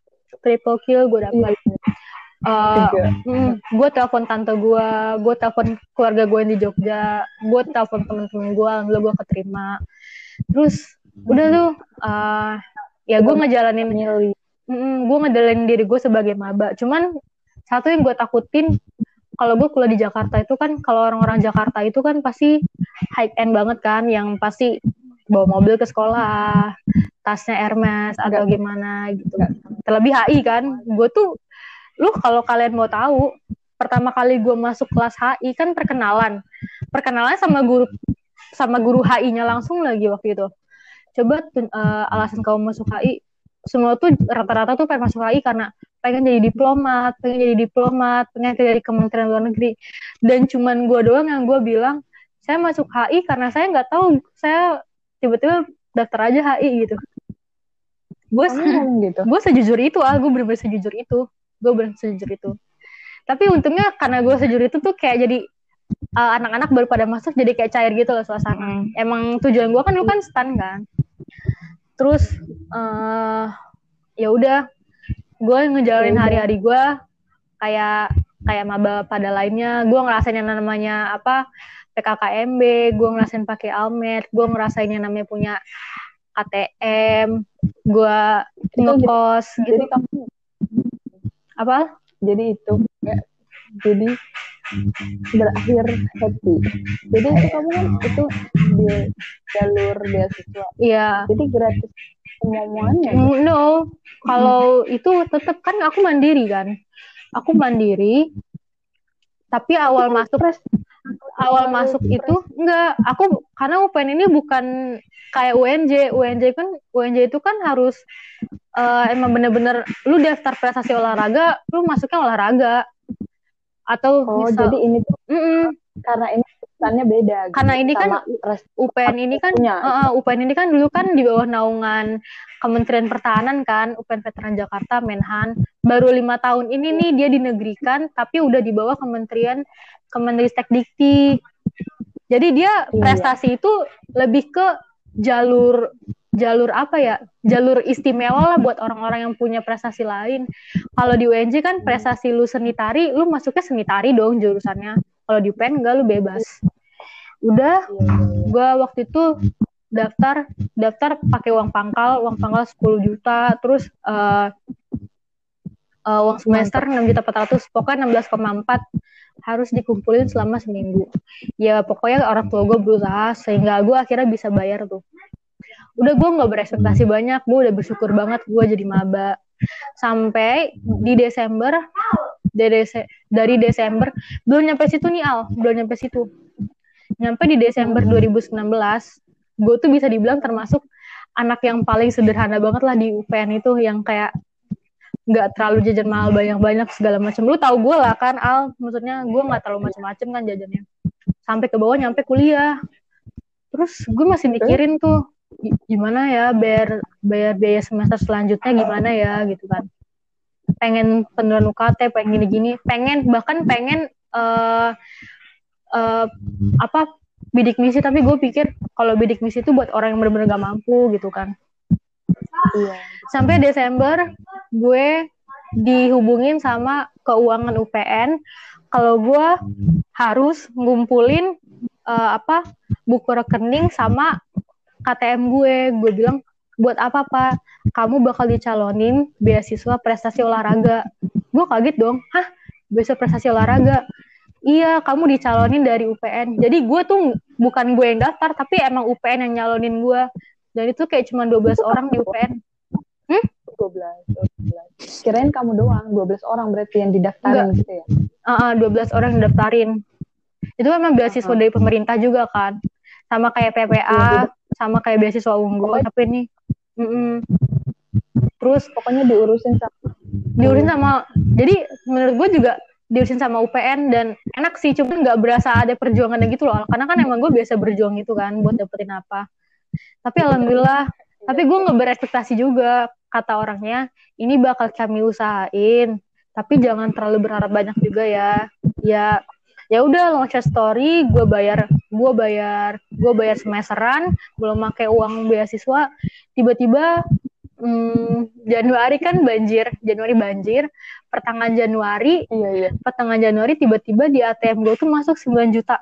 Gue telepon tante gue telepon keluarga gue yang di Jogja, gue telepon teman-teman gue, alhamdulillah gue keterima. Terus udah tuh ya gue ngejalanin diri gue sebagai maba. Cuman satu yang gue takutin, kalau gue kuliah di Jakarta itu kan, kalau orang-orang Jakarta itu kan pasti high end banget kan, yang pasti bawa mobil ke sekolah, tasnya Hermes atau gimana gitu. Terlebih HI kan, gue tuh, kalau kalian mau tahu, pertama kali gue masuk kelas HI kan perkenalan sama guru HI-nya langsung lagi waktu itu. Coba alasan kamu masuk HI, semua tuh rata-rata tuh pengen masuk HI karena pengen jadi diplomat, pengen kerja di Kementerian Luar Negeri. Dan cuman gue doang yang gue bilang, saya masuk HI karena saya nggak tahu, saya tiba-tiba daftar aja HI gitu. Gue sejujur itu, gue bener-bener sejujur itu. Tapi untungnya karena gue sejujur itu tuh kayak jadi anak-anak baru pada masuk jadi kayak cair gitu loh suasana. Emang tujuan gue kan dulu kan stan kan. Terus ya udah, gue ngejalanin hari-hari gue kayak maba pada lainnya. Gue ngerasain yang namanya PKKMB, gue ngerasain pakai Almed, gue ngerasain yang namanya punya KTM, gue ngekos gitu. Jadi kamu apa? Jadi itu jadi berakhir happy. Jadi itu kamu kan itu di jalur beasiswa. Iya. Jadi gratis semuanya. No, kalau itu tetap kan aku mandiri kan. Tapi awal masuk itu enggak, aku karena UPN ini bukan kayak UNJ itu kan harus emang bener-bener lu daftar prestasi olahraga, lu masuknya olahraga. Atau misal, jadi ini tuh karena ini pesannya beda. Karena ini kan UPN ini kan dulu kan di bawah naungan Kementerian Pertahanan kan, UPN Veteran Jakarta, Menhan. Baru 5 tahun ini nih dia dinegrikan, tapi udah di bawah Kemenristekdikti. Jadi dia prestasi itu lebih ke jalur istimewa lah buat orang-orang yang punya prestasi lain. Kalau di UNJ kan prestasi lu seni tari, lu masuknya seni tari dong jurusannya. Kalau di UPN enggak, lu bebas. Udah, gue waktu itu daftar pakai uang pangkal 10 juta, terus uang semester 6.400.000, pokoknya 16,4 harus dikumpulin selama seminggu. Ya pokoknya orang tua gue berusaha sehingga gue akhirnya bisa bayar tuh. Udah, gue nggak berekspektasi banyak, gue udah bersyukur banget gue jadi maba. Sampai di Desember, dari Desember belum nyampe situ nih nyampe di Desember 2019, gue tuh bisa dibilang termasuk anak yang paling sederhana banget lah di UPN itu, yang kayak nggak terlalu jajan mahal banyak-banyak segala macam. Lu tahu gue lah kan, Al, maksudnya gue nggak terlalu macam-macam kan jajannya. Sampai ke bawah nyampe kuliah. Terus gue masih mikirin tuh gimana ya bayar biaya semester selanjutnya gimana ya gitu kan. Pengen penurunan UKT, pengen gini-gini, pengen bidik misi, tapi gue pikir kalau bidik misi itu buat orang yang benar-benar gak mampu gitu kan. Iya. Sampai Desember gue dihubungin sama keuangan UPN kalau gue harus ngumpulin buku rekening sama KTM gue bilang, buat apa Pak? Kamu bakal dicalonin beasiswa prestasi olahraga. Gue kaget dong, beasiswa prestasi olahraga. Iya, kamu dicalonin dari UPN. Jadi gue tuh bukan gue yang daftar, tapi emang UPN yang nyalonin gue. Dan itu kayak cuma 12 orang di UPN. 12. Kirain kamu doang, 12 orang berarti yang didaftarin. Enggak. Gitu ya? 12 orang yang daftarin. Itu memang beasiswa dari pemerintah juga kan. Sama kayak PPA, sama kayak beasiswa unggul. Tapi ini, terus pokoknya diurusin sama. Jadi menurut gue juga diurusin sama UPN dan enak sih, cuma nggak berasa ada perjuangannya gitu loh, karena kan emang gue biasa berjuang gitu kan buat dapetin apa. Tapi alhamdulillah, tapi gue nggak berekspektasi juga, kata orangnya ini bakal kami usahain, tapi jangan terlalu berharap banyak juga ya. Ya udah, long short story, gue bayar semesteran, belum pakai uang beasiswa, tiba-tiba Januari kan banjir, pertengahan Januari tiba-tiba di ATM gue tuh masuk 9 juta.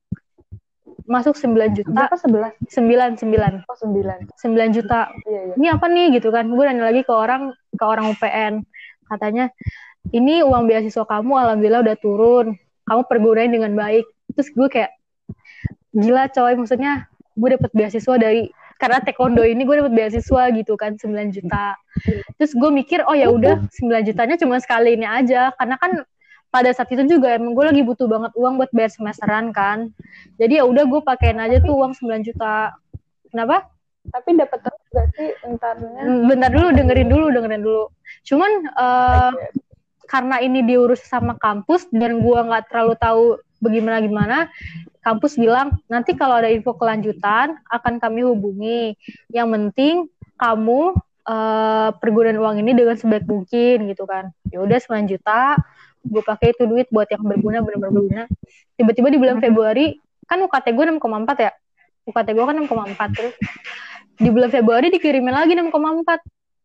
Berapa 11? 9. Oh, 9. 9 juta. Iya. Ini apa nih gitu kan. Gue nanya lagi ke orang UPN. Katanya, ini uang beasiswa kamu alhamdulillah udah turun. Kamu pergunain dengan baik. Terus gue kayak, gila coy, maksudnya gue dapet beasiswa karena taekwondo ini gue dapet beasiswa gitu kan, 9 juta. Terus gue mikir, oh ya udah 9 jutanya cuma sekali ini aja, karena kan pada saat itu juga emang gue lagi butuh banget uang buat bayar semesteran kan. Jadi ya udah gue pakein aja tuh uang 9 juta. Kenapa? Tapi dapat terus gak sih entarnya? Bentar dulu, dengerin dulu. Cuman karena ini diurus sama kampus dan gue nggak terlalu tahu bagaimana, kampus bilang nanti kalau ada info kelanjutan akan kami hubungi. Yang penting kamu pergunakan uang ini dengan sebaik mungkin gitu kan. Ya udah 9 juta, gue pakai itu duit buat yang berguna, benar-benar berguna. Tiba-tiba di bulan Februari kan UKT gue 6,4 ya. UKT gue kan 6,4 terus. Di bulan Februari dikirimin lagi 6,4.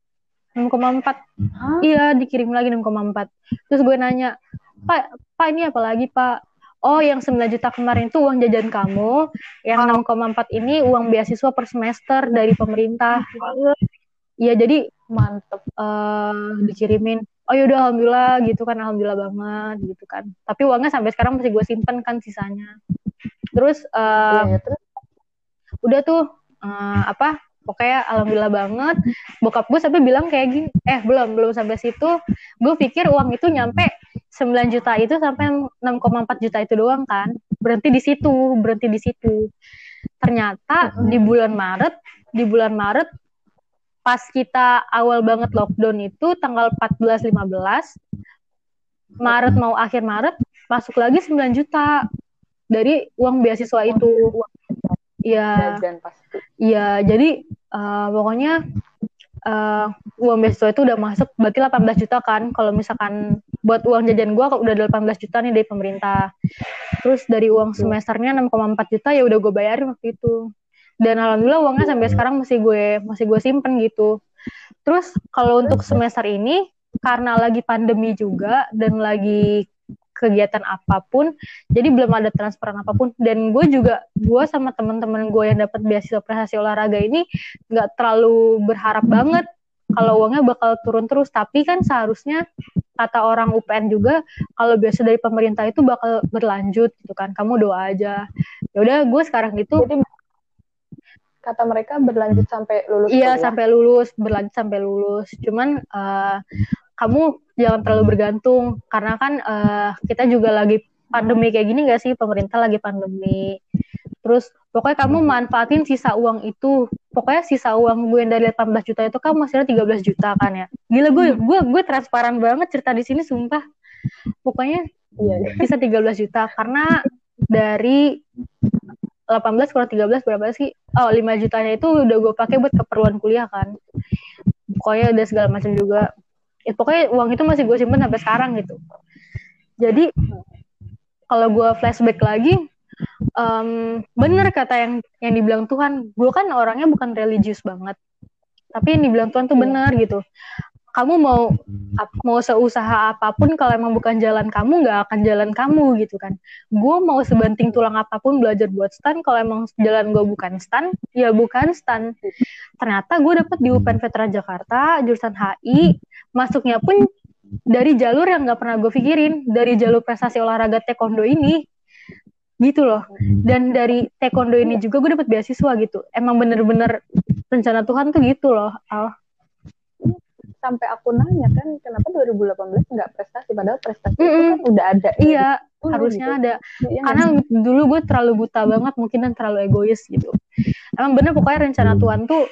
Iya, dikirim lagi 6,4. Terus gue nanya, Pak ini apa lagi Pak? Oh, yang 9 juta kemarin itu uang jajan kamu, yang 6,4 ini uang beasiswa per semester dari pemerintah. Iya, jadi mantep. Dikirimin. Oh yaudah, alhamdulillah gitu kan, alhamdulillah banget gitu kan. Tapi uangnya sampai sekarang masih gue simpen kan sisanya. Terus, terus udah tuh pokoknya alhamdulillah banget. Bokap gue sampai bilang kayak gini, belum sampai situ. Gue pikir uang itu nyampe 9 juta itu sampai 6,4 juta itu doang kan. Berhenti di situ. Ternyata di bulan Maret pas kita awal banget lockdown itu tanggal 14-15 Maret mau akhir Maret masuk lagi 9 juta dari uang beasiswa itu. Iya. Iya, jadi pokoknya uang beasiswa itu udah masuk berarti 18 juta kan. Kalau misalkan buat uang jajan gue udah 18 juta nih dari pemerintah. Terus dari uang semesternya 6,4 juta ya udah gue bayarin waktu itu. Dan alhamdulillah uangnya sampai sekarang masih gue simpen gitu. Terus kalau untuk semester ini karena lagi pandemi juga dan lagi kegiatan apapun, jadi belum ada transferan apapun. Dan gue sama teman-teman gue yang dapat beasiswa prestasi olahraga ini nggak terlalu berharap banget kalau uangnya bakal turun terus. Tapi kan seharusnya kata orang UPN juga kalau beasiswa dari pemerintah itu bakal berlanjut gitu kan. Kamu doa aja. Ya udah, gue sekarang itu. Jadi kata mereka berlanjut sampai lulus. Iya, berlanjut sampai lulus. Cuman kamu jangan terlalu bergantung karena kan kita juga lagi pandemi kayak gini gak sih, pemerintah lagi pandemi. Terus pokoknya kamu manfaatin sisa uang itu. Pokoknya sisa uang gue yang dari 18 juta itu kan masih ada 13 juta kan ya. Gila, gue transparan banget cerita di sini sumpah. Pokoknya sisa 13 juta karena dari 18 kurang 13 berapa sih? 5 jutanya itu udah gue pakai buat keperluan kuliah kan. Pokoknya udah segala macam juga. Pokoknya uang itu masih gue simpen sampai sekarang gitu. Jadi kalau gue flashback lagi, bener kata yang dibilang Tuhan. Gue kan orangnya bukan religius banget, tapi yang dibilang Tuhan tuh bener gitu. Kamu mau seusaha apapun, kalau emang bukan jalan kamu, nggak akan jalan kamu gitu kan. Gue mau sebanting tulang apapun belajar buat stan, kalau emang jalan gue bukan stan, ya bukan stan. Ternyata gue dapet di UPN Veteran Jakarta, jurusan HI, masuknya pun dari jalur yang nggak pernah gue pikirin, dari jalur prestasi olahraga taekwondo ini gitu loh. Dan dari taekwondo ini juga gue dapet beasiswa gitu. Emang bener-bener rencana Tuhan tuh gitu loh, Al. Sampai aku nanya kan, kenapa 2018 nggak prestasi, padahal prestasi itu kan udah ada. Iya, harusnya gitu. Ada. Ya, karena dulu gue terlalu buta banget mungkin dan terlalu egois gitu. Emang bener pokoknya rencana Tuhan tuh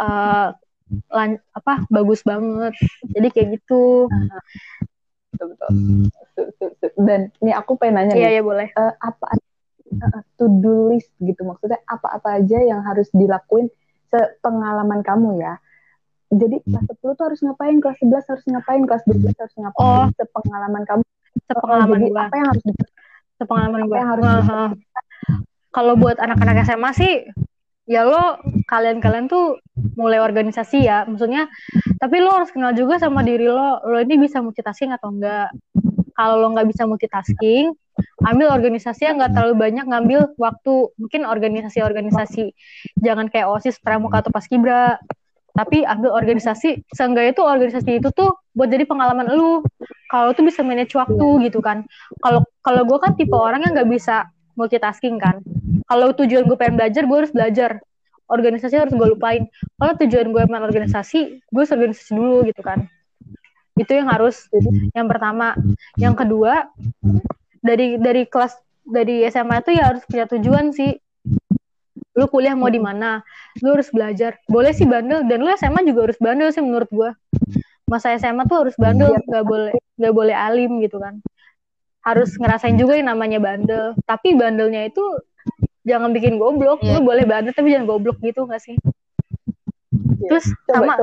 bagus banget. Jadi kayak gitu. Betul. Dan ini aku pengen nanya nih. Iya, boleh. Apa to-do list gitu, maksudnya apa-apa aja yang harus dilakuin sepengalaman kamu ya. Jadi kelas 10 tuh harus ngapain, kelas 11 harus ngapain, kelas 12 harus ngapain, sepengalaman kamu. Sepengalaman gue. Apa yang harus sepengalaman gue. Kalau buat anak-anak SMA sih, ya lo kalian tuh mulai organisasi ya, maksudnya. Tapi lo harus kenal juga sama diri lo ini bisa multitasking atau enggak. Kalau lo nggak bisa multitasking, ambil organisasi yang nggak terlalu banyak ngambil waktu. Mungkin organisasi jangan kayak OSIS, Pramuka atau Paskibra, tapi ambil organisasi. Seenggaknya itu organisasi itu tuh buat jadi pengalaman lu. Kalau tuh bisa manage waktu gitu kan. Kalau gue kan tipe orang yang nggak bisa multitasking kan. Kalau tujuan gue pengen belajar, gue harus belajar. Organisasi harus gue lupain. Kalau tujuan gue main organisasi, gue harus organisasi dulu gitu kan. Itu yang harus yang pertama. Yang kedua, dari SMA itu ya harus punya tujuan sih. Lu kuliah mau di mana, lu harus belajar. Boleh sih bandel, dan lu SMA juga harus bandel sih menurut gue. Masa SMA tuh harus bandel, nggak boleh alim gitu kan. Harus ngerasain juga yang namanya bandel. Tapi bandelnya itu jangan bikin goblok. Lu boleh bandel tapi jangan goblok gitu nggak sih? Terus sama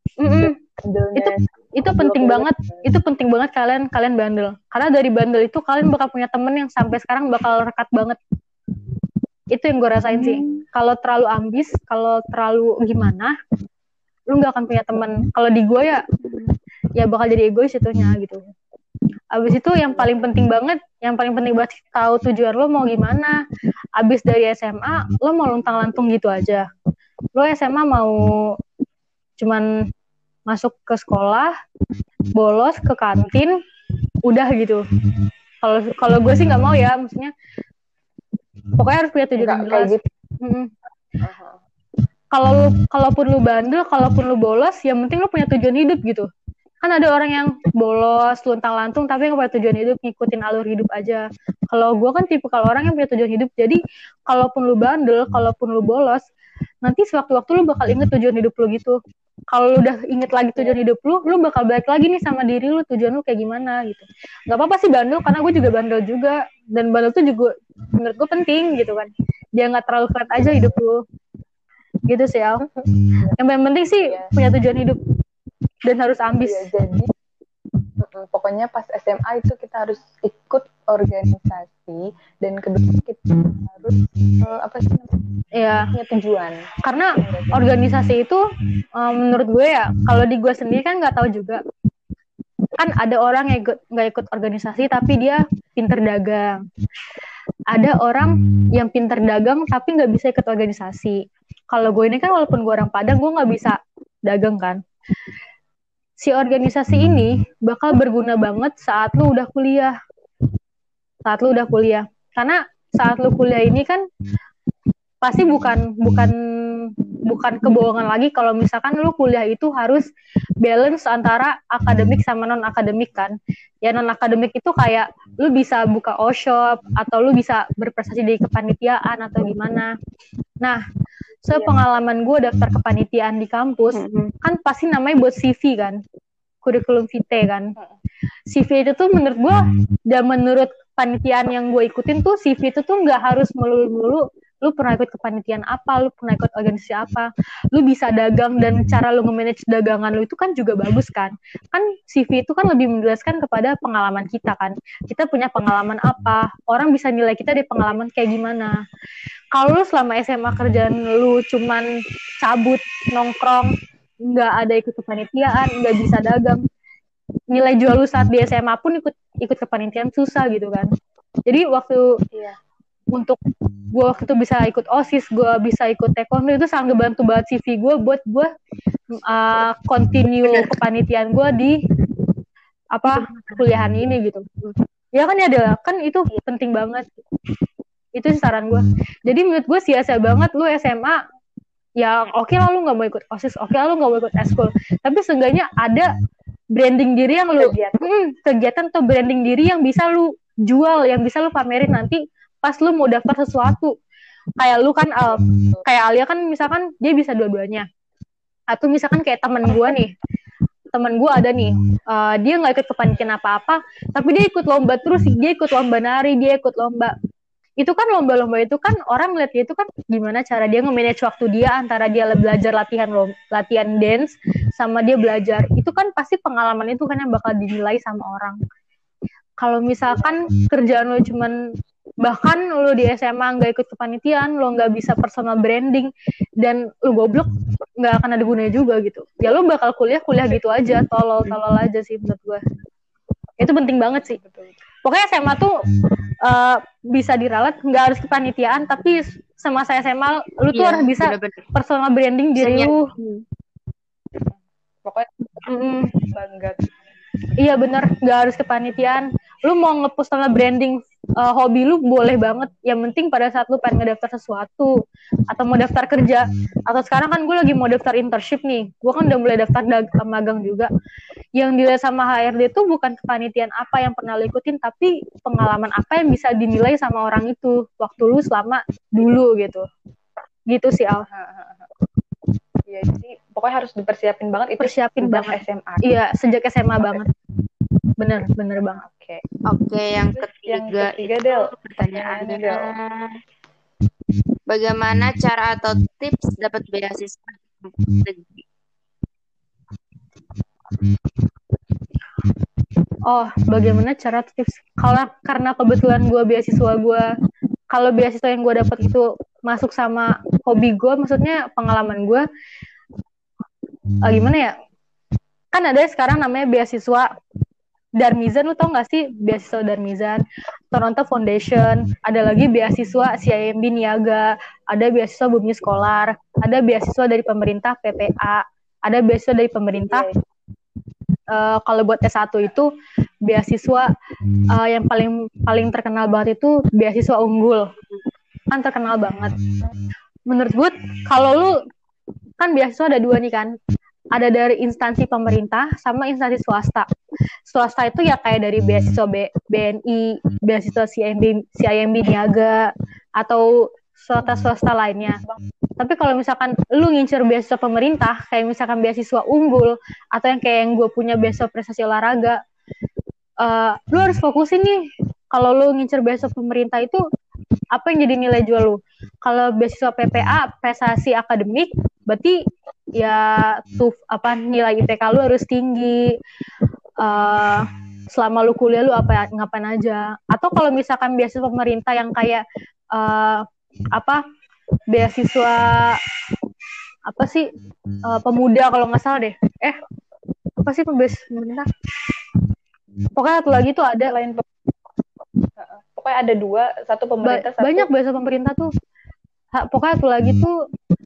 itu penting banget. Itu penting banget kalian bandel. Karena dari bandel itu kalian bakal punya temen yang sampai sekarang bakal rekat banget. Itu yang gue rasain sih. Kalau terlalu ambis, kalau terlalu gimana, lu nggak akan punya teman. Kalau di gue ya bakal jadi egois itunya gitu. Abis itu yang paling penting banget tahu tujuan lo mau gimana. Abis dari SMA, lo mau luntang-lantung gitu aja. Lo SMA mau cuman masuk ke sekolah, bolos ke kantin, udah gitu. Kalau gue sih nggak mau ya, maksudnya pokoknya harus punya tujuan yang jelas. Gitu. Kalaupun lu bandel, kalaupun lu bolos, yang penting lu punya tujuan hidup gitu. Kan ada orang yang bolos, luntang-lantung, tapi nggak punya tujuan hidup, ngikutin alur hidup aja. Kalau gue kan tipe kalau orang yang punya tujuan hidup, jadi kalaupun lu bandel, kalaupun lu bolos, nanti sewaktu-waktu lu bakal inget tujuan hidup lu gitu. Kalau lu udah inget lagi tujuan hidup lu bakal balik lagi nih sama diri lu, tujuan lu kayak gimana gitu. Gak apa-apa sih bandel, karena gue juga bandel juga. Dan bandel tuh juga menurut gue penting gitu kan. Dia gak terlalu flat aja hidup lu. Gitu sih, Al. Yang paling penting sih punya tujuan hidup. Dan harus ambis. Jadi pokoknya pas SMA itu kita harus ikut organisasi, dan kedua kita harus punya tujuan. Karena organisasi itu menurut gue ya, kalau di gue sendiri kan nggak tahu juga. Kan ada orang yang nggak ikut organisasi tapi dia pinter dagang. Ada orang yang pinter dagang tapi nggak bisa ikut organisasi. Kalau gue ini kan walaupun gue orang Padang, gue nggak bisa dagang kan. Si organisasi ini bakal berguna banget saat lu udah kuliah. Karena saat lu kuliah ini kan pasti bukan kebohongan lagi kalau misalkan lu kuliah itu harus balance antara akademik sama non akademik kan. Ya non akademik itu kayak lu bisa buka workshop atau lu bisa berprestasi di kepanitiaan atau gimana. Nah, sepengalaman gue daftar kepanitiaan di kampus, kan pasti namanya buat CV kan, kurikulum vitae kan. CV itu tuh menurut gue, dan menurut panitiaan yang gue ikutin tuh, CV itu tuh nggak harus melulu lu pernah ikut kepanitiaan apa, lu pernah ikut organisasi apa, lu bisa dagang dan cara lu nge-manage dagangan lu itu kan juga bagus kan. Kan CV itu kan lebih menjelaskan kepada pengalaman kita kan. Kita punya pengalaman apa, orang bisa nilai kita dari pengalaman kayak gimana. Kalau lu selama SMA kerjaan lu cuman cabut, nongkrong, nggak ada ikut kepanitiaan, nggak bisa dagang, nilai jual lu saat di SMA pun ikut kepanitiaan susah gitu kan. Jadi untuk gue waktu itu bisa ikut OSIS, gue bisa ikut taekwondo, itu sangat ngebantu banget CV gue buat gue continue kepanitiaan gue di kuliahan ini gitu. Ya kan ya adalah kan itu penting banget. Itu sih saran gue. Jadi menurut gue sia-sia banget lu SMA yang oke lah lu nggak mau ikut OSIS, oke lah lu nggak mau ikut eskul, tapi seenggaknya ada branding diri yang lu kegiatan atau branding diri yang bisa lu jual, yang bisa lu pamerin nanti pas lu mau daftar sesuatu. Kayak lu kan kayak Alia kan misalkan dia bisa dua-duanya. Atau misalkan kayak teman gue ada nih, dia nggak ikut kepanitiaan apa-apa, tapi dia ikut lomba terus, dia ikut lomba nari, dia ikut lomba. Itu kan lomba-lomba itu kan orang ngeliat dia itu kan gimana cara dia nge-manage waktu dia antara dia belajar latihan dance sama dia belajar. Itu kan pasti pengalaman itu kan yang bakal dinilai sama orang. Kalau misalkan kerjaan lo cuman bahkan lo di SMA nggak ikut kepanitiaan, lo nggak bisa personal branding dan lo goblok, nggak akan ada gunanya juga gitu. Ya lo bakal kuliah gitu aja, tolol aja sih menurut gue. Itu penting banget sih. Pokoknya SMA tuh bisa diralat, nggak harus kepanitiaan, tapi semasa SMA lu tuh harus bisa personal branding diri lu. Pokoknya bangga. Iya bener, nggak harus kepanitiaan. Lu mau nge-personal branding hobi lu boleh banget. Yang penting pada saat lu pengen ngedaftar sesuatu atau mau daftar kerja, atau sekarang kan gue lagi mau daftar internship nih, gue kan udah mulai daftar magang juga. Yang dilihat sama HRD itu bukan kepanitiaan apa yang pernah lu ikutin, tapi pengalaman apa yang bisa dinilai sama orang itu waktu lu selama dulu gitu sih Al. Ya, jadi pokoknya harus dipersiapin banget. Persiapin banget SMA. Iya, sejak SMA banget. Bener banget. Oke, yang ketiga Del, pertanyaannya bagaimana cara atau tips dapat beasiswa negeri? Oh, bagaimana cara tips? Karena kebetulan kalau beasiswa yang gue dapat itu masuk sama hobi gue, maksudnya pengalaman gue, gimana ya? Kan ada sekarang namanya beasiswa Darmizan, lu tau gak sih beasiswa Darmizan, Toronto Foundation, ada lagi beasiswa CIMB Niaga, ada beasiswa Bumi Skolar, ada beasiswa dari pemerintah PPA, ada beasiswa dari pemerintah. Kalau buat S1 itu beasiswa yang paling terkenal banget itu beasiswa unggul, kan terkenal banget. Menurut gue kalau lu kan beasiswa ada dua nih kan, ada dari instansi pemerintah sama instansi swasta. Swasta itu ya kayak dari beasiswa BNI, beasiswa CIMB Niaga, atau swasta lainnya. Tapi kalau misalkan lu ngincer beasiswa pemerintah, kayak misalkan beasiswa unggul, atau yang kayak yang gue punya beasiswa prestasi olahraga, lu harus fokusin nih. Kalau lu ngincer beasiswa pemerintah itu, apa yang jadi nilai jual lu? Kalau beasiswa PPA, prestasi akademik, berarti ya nilai IPK lu harus tinggi. Selama lu kuliah lu ngapain aja. Atau kalau misalkan beasiswa pemerintah yang kayak beasiswa pemuda kalau nggak salah deh. Apa sih beasiswa pemerintah? Pokoknya satu lagi tuh ada lain. Pokoknya ada dua, satu pemerintah, satu banyak beasiswa pemerintah tuh. Pokoknya satu lagi tuh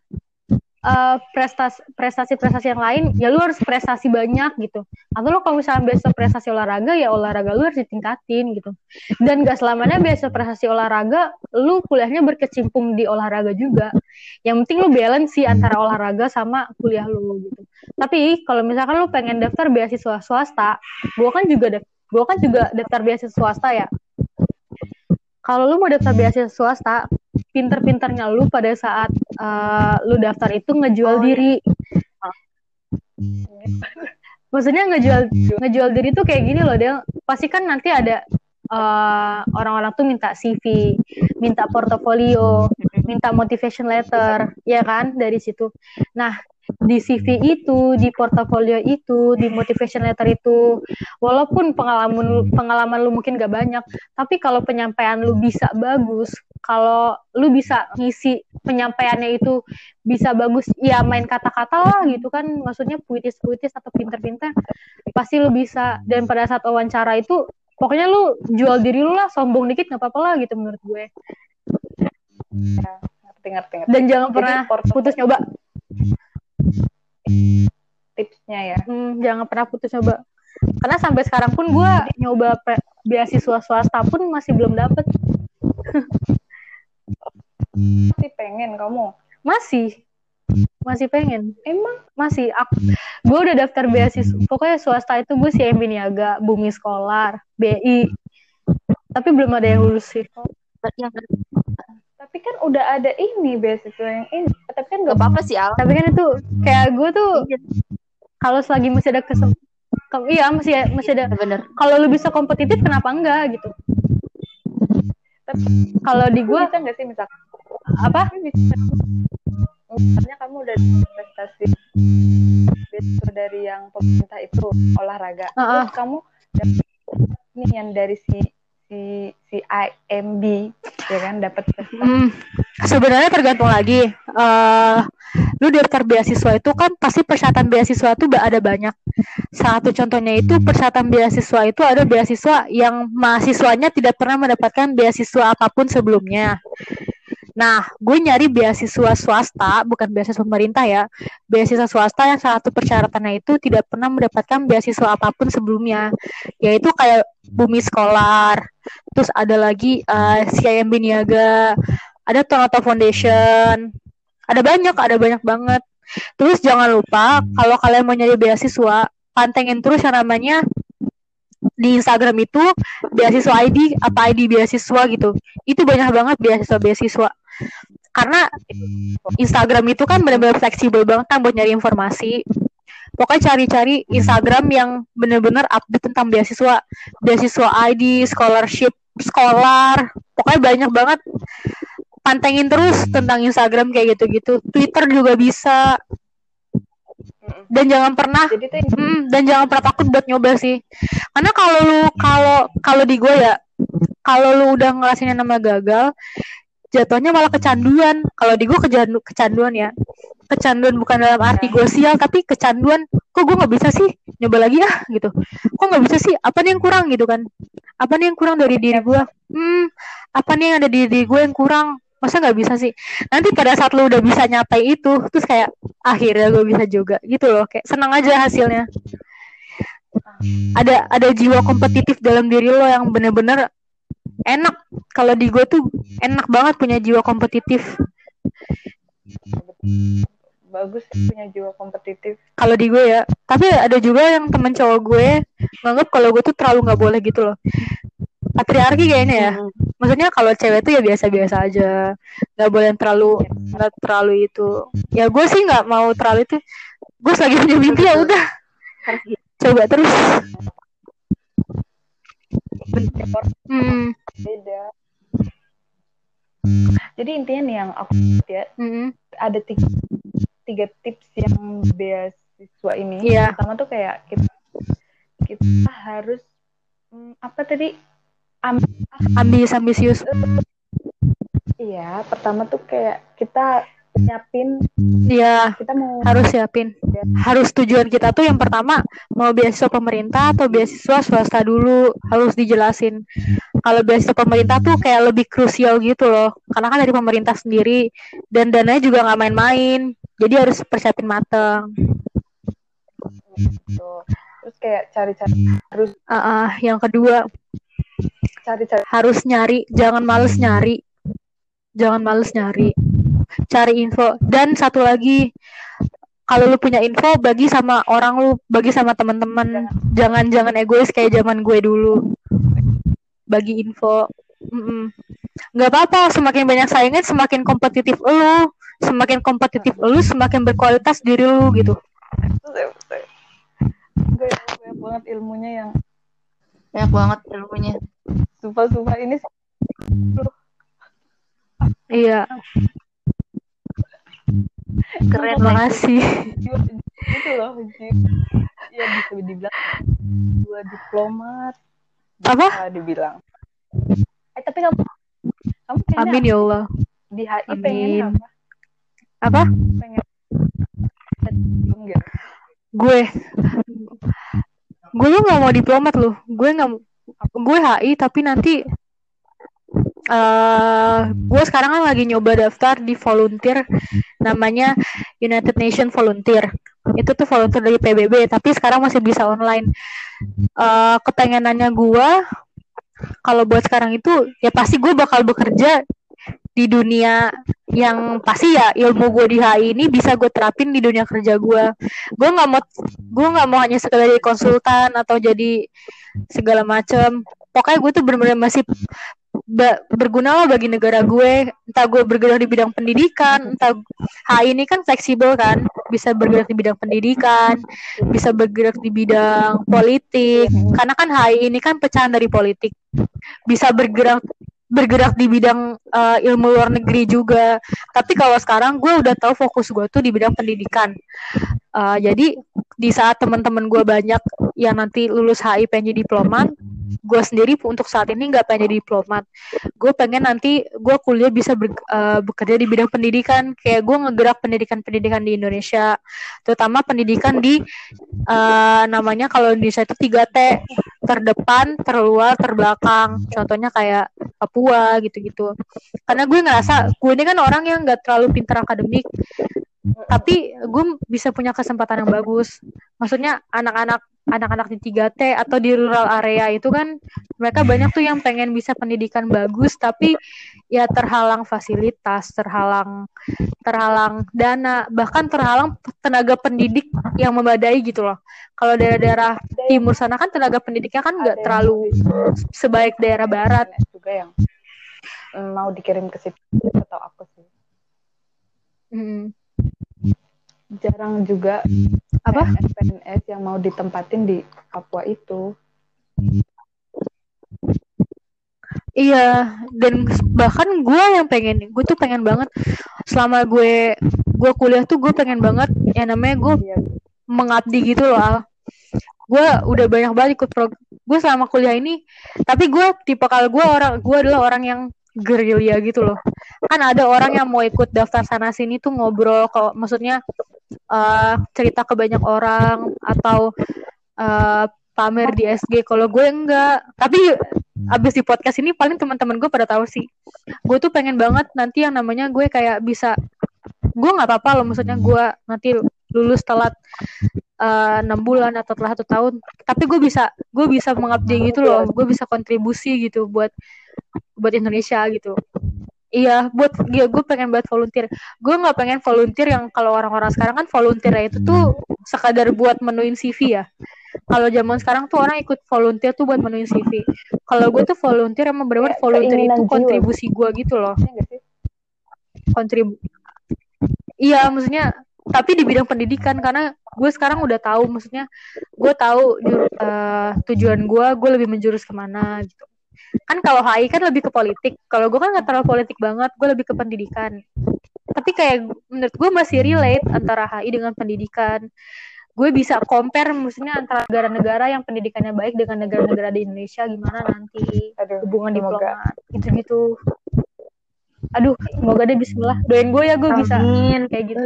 prestasi yang lain, ya lu harus prestasi banyak gitu. Atau lu kalau misalnya beasiswa prestasi olahraga, ya olahraga lu harus ditingkatin gitu. Dan gak selamanya beasiswa prestasi olahraga lu kuliahnya berkecimpung di olahraga juga. Yang penting lu balance sih antara olahraga sama kuliah lu gitu. Tapi kalau misalkan lu pengen daftar beasiswa swasta, gua kan juga daftar beasiswa swasta ya. Kalau lu mau daftar beasiswa swasta, pinter-pinternya lu pada saat lu daftar itu ngejual diri. Maksudnya ngejual diri tuh kayak gini loh, Del. Pasti kan nanti ada orang-orang tuh minta CV, minta portofolio, minta motivation letter, ya kan, dari situ. Nah, di CV itu, di portofolio itu, di motivation letter itu, walaupun pengalaman lu mungkin gak banyak, tapi kalau penyampaian lu bisa bagus, kalau lu bisa ngisi penyampaiannya itu bisa bagus, ya main kata-kata lah gitu kan, maksudnya puitis atau pinter-pinter, pasti lu bisa. Dan pada saat wawancara itu, pokoknya lu jual diri lu lah, sombong dikit gak apa-apa lah gitu menurut gue. Ngerti. Dan jangan pernah putus nyoba. Tipsnya ya. Jangan pernah putus nyoba. Karena sampai sekarang pun gue nyoba beasiswa swasta pun masih belum dapet. Masih pengen kamu? Masih pengen. Emang? Masih. Gue udah daftar beasiswa. Pokoknya swasta itu gue CIMB Niaga, Bumi Skolar, BI. Tapi belum ada yang lulus sih. Tapi kan udah ada ini beasiswa yang ini. Tapi kan nggak apa-apa sih Al. Tapi kan itu kayak gue tuh kalau selagi masih ada iya masih ada. Bener. Kalau lu bisa kompetitif kenapa enggak gitu? Tapi kalau di gue bisa nggak sih misalkan apa? Misalnya kamu udah prestasi beasiswa dari yang pemerintah itu olahraga, terus kamu dapat nih yang dari si IMB, ya kan, dapat prestasi. Sebenarnya tergantung lagi. Lu daftar beasiswa itu kan pasti persyaratan beasiswa itu ada banyak. Satu contohnya itu persyaratan beasiswa itu ada beasiswa yang mahasiswanya tidak pernah mendapatkan beasiswa apapun sebelumnya. Nah, gue nyari beasiswa swasta, bukan beasiswa pemerintah ya. Beasiswa swasta yang satu persyaratannya itu tidak pernah mendapatkan beasiswa apapun sebelumnya. Yaitu kayak Bumi Skolar, terus ada lagi CIMB Niaga, ada Toronto Foundation, ada banyak banget. Terus jangan lupa, kalau kalian mau nyari beasiswa, pantengin terus yang namanya di Instagram itu beasiswa ID, apa ID beasiswa gitu. Itu banyak banget beasiswa. Karena Instagram itu kan benar-benar fleksibel banget kan buat nyari informasi. Pokoknya cari-cari Instagram yang benar-benar update tentang beasiswa ID, scholarship, scholar. Pokoknya banyak banget. Pantengin terus tentang Instagram kayak gitu-gitu. Twitter juga bisa. Dan jangan pernah takut buat nyoba sih. Karena kalau di gue ya, kalau lu udah ngerasain yang namanya gagal, jatuhnya malah kecanduan. Kalau di gue kecanduan ya. Kecanduan bukan dalam arti gue sial, tapi kecanduan. Kok gue nggak bisa sih nyoba lagi gitu. Kok nggak bisa sih? Apa nih yang kurang gitu kan? Apa nih yang kurang dari diri gue? Apa nih yang ada di diri gue yang kurang? Masa nggak bisa sih? Nanti pada saat lu udah bisa nyatai itu, terus kayak akhirnya gue bisa juga gitu loh. Kayak senang aja hasilnya. Ada jiwa kompetitif dalam diri lo yang bener-bener enak. Kalau di gue tuh enak banget punya jiwa kompetitif. Bagus punya jiwa kompetitif. Kalau di gue ya. Tapi ada juga yang temen cowok gue nganggap kalau gue tuh terlalu nggak boleh gitu loh. Patriarki kayaknya ya. Maksudnya kalau cewek tuh ya biasa-biasa aja. Nggak boleh terlalu itu. Ya gue sih nggak mau terlalu itu. Gue lagi punya mimpi ya udah. Coba terus. Beda. Jadi intinya nih yang aku lihat ya, ada tiga tips yang beasiswa ini. Yeah. Pertama tuh kayak kita harus apa tadi? Ambisius. Iya, pertama tuh kayak kita nyiapin. Iya, harus siapin. Harus tujuan kita tuh yang pertama mau beasiswa pemerintah atau beasiswa swasta dulu, harus dijelasin. Kalau beasiswa pemerintah tuh kayak lebih krusial gitu loh, karena kan dari pemerintah sendiri dan dananya juga nggak main-main, jadi harus persiapin mateng. Terus kayak cari-cari harus. Yang kedua cari-cari harus nyari, jangan males nyari. Cari info. Dan satu lagi, kalau lu punya info, bagi sama orang lu, bagi sama teman-teman. Jangan egois kayak zaman gue dulu. Bagi info. Nggak apa-apa, semakin banyak saingan, semakin kompetitif lu. Semakin kompetitif lu, semakin berkualitas diri lu gitu. Banyak banget ilmunya yang. Banyak banget ilmunya. Sumpah ini. Iya. Keren, makasih. Itu loh, ya bisa dibilang dua diplomat. Apa? Dibilang. Tapi kamu amin ya Allah. Di HI pengen apa? Pengen gue lu nggak mau diplomat loh. Gue HI tapi nanti gue sekarang kan lagi nyoba daftar di volunteer, namanya United Nations Volunteer. itu tuh volunteer dari PBB, tapi sekarang masih bisa online. Kepengenannya gue kalau buat sekarang itu ya pasti gue bakal bekerja di dunia yang pasti ya ilmu gue di HI ini bisa gue terapin di dunia kerja gue. Gue nggak mau hanya sekedar jadi konsultan atau jadi segala macam. Pokoknya gue tuh benar-benar masih berguna lah bagi negara gue. Entah gue bergerak di bidang pendidikan, entah HI ini kan fleksibel kan, bisa bergerak di bidang pendidikan, bisa bergerak di bidang politik. Karena kan HI ini kan pecahan dari politik. Bisa bergerak di bidang ilmu luar negeri juga. Tapi kalau sekarang gue udah tahu fokus gue tuh di bidang pendidikan. Jadi di saat teman-teman gue banyak yang nanti lulus HI pengen jadi diplomat, gue sendiri untuk saat ini nggak pengen jadi diplomat. Gue pengen nanti gue kuliah bisa bekerja di bidang pendidikan. Kayak gue ngegerak pendidikan di Indonesia, terutama pendidikan di namanya kalau di Indonesia itu 3T, terdepan, terluar, terbelakang. Contohnya kayak Papua gitu-gitu. Karena gue ngerasa gue ini kan orang yang nggak terlalu pintar akademik, tapi gue bisa punya kesempatan yang bagus. Maksudnya anak-anak di 3T atau di rural area itu kan mereka banyak tuh yang pengen bisa pendidikan bagus, tapi ya terhalang fasilitas, terhalang dana, bahkan terhalang tenaga pendidik yang memadai gitu loh. Kalau daerah-daerah timur sana kan tenaga pendidiknya kan nggak terlalu sebaik daerah barat. Juga yang mau dikirim ke situ atau apa sih? Jarang juga PNS yang mau ditempatin di Papua itu. Iya, dan bahkan gue tuh pengen banget selama gue kuliah tuh gue pengen banget yang namanya gue mengabdi gitu loh. Gue udah banyak banget ikut gue selama kuliah ini, tapi gue gue adalah orang yang gerilya gitu loh. Kan ada orang yang mau ikut daftar sana sini tuh ngobrol, kalau maksudnya cerita ke banyak orang atau pamer di SG. Kalau gue enggak. Tapi abis di podcast ini paling teman-teman gue pada tahu sih. Gue tuh pengen banget nanti yang namanya gue kayak bisa, gue nggak apa-apa loh, maksudnya gue nanti lulus telat 6 bulan atau telat 1 tahun, tapi gue bisa mengabdi gitu loh. Gue bisa kontribusi gitu buat Indonesia gitu. Iya, gue pengen buat volunteer. Gue nggak pengen volunteer yang kalau orang-orang sekarang kan volunteer itu tuh sekadar buat menuin CV ya. Kalau zaman sekarang tuh orang ikut volunteer tuh buat menuin CV. Kalau gue tuh volunteer emang bener-bener volunteer itu kontribusi gue gitu loh. Iya, maksudnya tapi di bidang pendidikan, karena gue sekarang udah tahu, maksudnya gue tahu tujuan gue lebih menjurus kemana gitu. Kan kalau HI kan lebih ke politik, kalau gue kan nggak terlalu politik banget, gue lebih ke pendidikan. Tapi kayak menurut gue masih relate antara HI dengan pendidikan. Gue bisa compare maksudnya antara negara-negara yang pendidikannya baik dengan negara-negara di Indonesia, gimana nanti hubungan diplomat gitu-gitu. Aduh, semoga deh, bismillah. Doain gue ya gue bisa kayak gitu.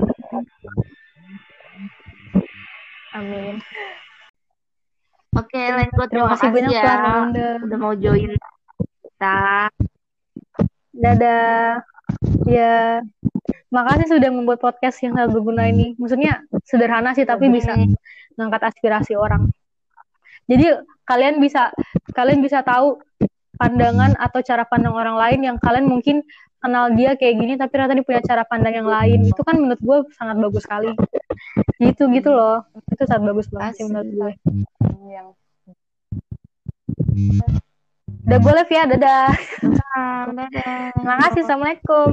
Amin. Oke, Lengo, terima kasih banyak ya udah mau join kita. Dadah. Ya, makasih sudah membuat podcast yang sangat berguna ini. Maksudnya sederhana sih, tapi bisa mengangkat aspirasi orang. Jadi kalian bisa tahu pandangan atau cara pandang orang lain yang kalian mungkin kenal dia kayak gini, tapi ternyata dia punya cara pandang yang lain. Itu kan menurut gue sangat bagus sekali. Gitu loh. Itu sangat bagus banget sih menurut gue. Udah boleh ya, dadah. Terima kasih, assalamualaikum.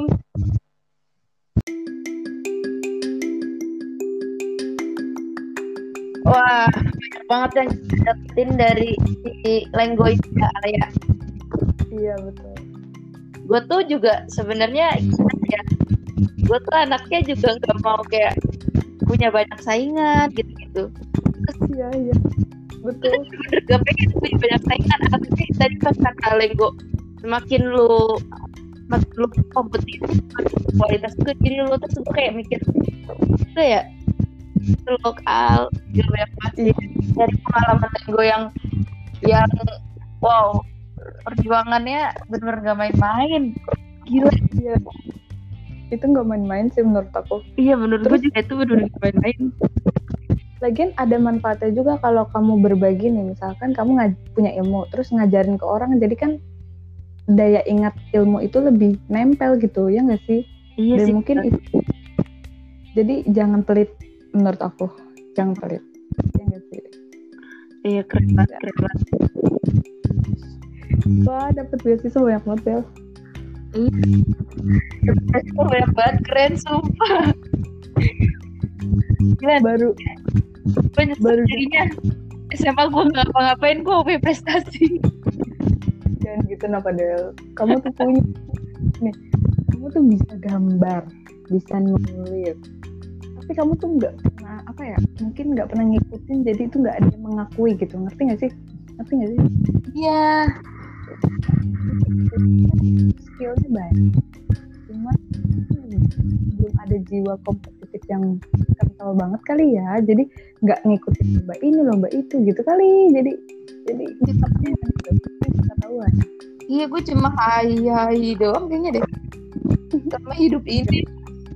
Wah, banyak banget yang dapetin dari si Lenggo itu ya. Iya, betul. Gue tuh juga sebenarnya ya, gue tuh anaknya juga nggak mau kayak punya banyak saingan gitu-gitu. Iya, betul. Bener gak pengen punya banyak saingan, tapi tadi pas kata Lenggo, semakin lu kompetisi, kualitas juga, jadi lu tuh kayak mikir itu ya lokal juga banyak pasti dari pengalaman Lenggo yang wow, perjuangannya bener-bener gak main-main, gila. itu nggak main-main sih menurut aku. Iya, menurut gue juga itu benar-benar main-main. Lagian ada manfaatnya juga kalau kamu berbagi nih, misalkan kamu punya ilmu terus ngajarin ke orang, jadi kan daya ingat ilmu itu lebih nempel gitu, ya nggak sih? Iya Dan sih. mungkin itu, jadi jangan pelit menurut aku, jangan pelit, ya nggak sih? Iya, keren banget. Wah, dapat beasiswa banyak banget, Bel. Iya, banyak banget, keren sumpah. Gila, baru jadinya SMA gue nggak ngapa-ngapain, gue punya prestasi. Jangan gitu napa Del, kamu tuh punya nih, kamu tuh bisa gambar, bisa nulis, tapi kamu tuh nggak pernah mungkin nggak pernah ngikutin, jadi itu nggak ada yang mengakui gitu, ngerti nggak sih? Iya. Skillnya banyak, cuma belum ada jiwa kompetitif yang kental banget kali ya, jadi nggak ngikutin lomba ini lomba itu gitu kali, jadi kita ketahuan. Iya, gue cuma hai doang kayaknya deh sama hidup ini.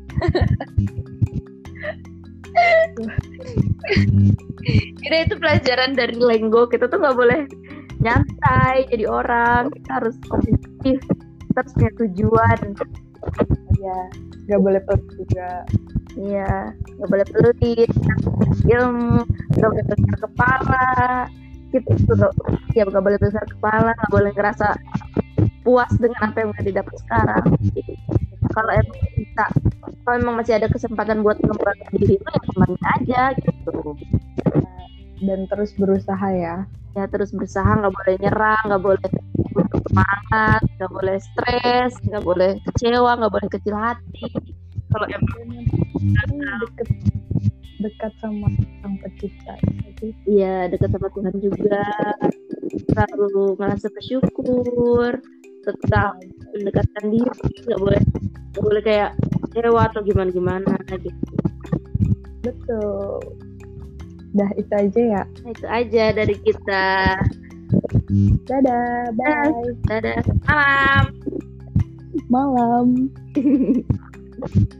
Kira itu pelajaran dari Lenggo, kita tuh nggak boleh nyantai jadi orang, kita harus kompetitif, kita harus punya tujuan. Ya, nggak boleh pelit juga. Iya, nggak boleh pelit, ilmu, nggak boleh besar kepala, gitu tuh. Ya, nggak boleh besar kepala, nggak boleh ngerasa puas dengan apa yang udah didapat sekarang. Kalau emang bisa, kalau emang masih ada kesempatan buat mengembangkan diri itu, ya kembangin aja gitu. Dan terus berusaha ya. Ya, terus berusaha, nggak boleh nyerah, nggak boleh putus semangat, nggak boleh stres, nggak boleh kecewa, nggak boleh kecil hati. Kalau emang dekat sama Sang Pencipta, iya, dekat sama Tuhan juga, selalu merasa bersyukur, tetap mendekatkan diri, nggak boleh kayak kecewa atau gimana gitu. Betul. Dah itu aja ya. Nah, itu aja dari kita. Dadah, bye. Dadah, malam.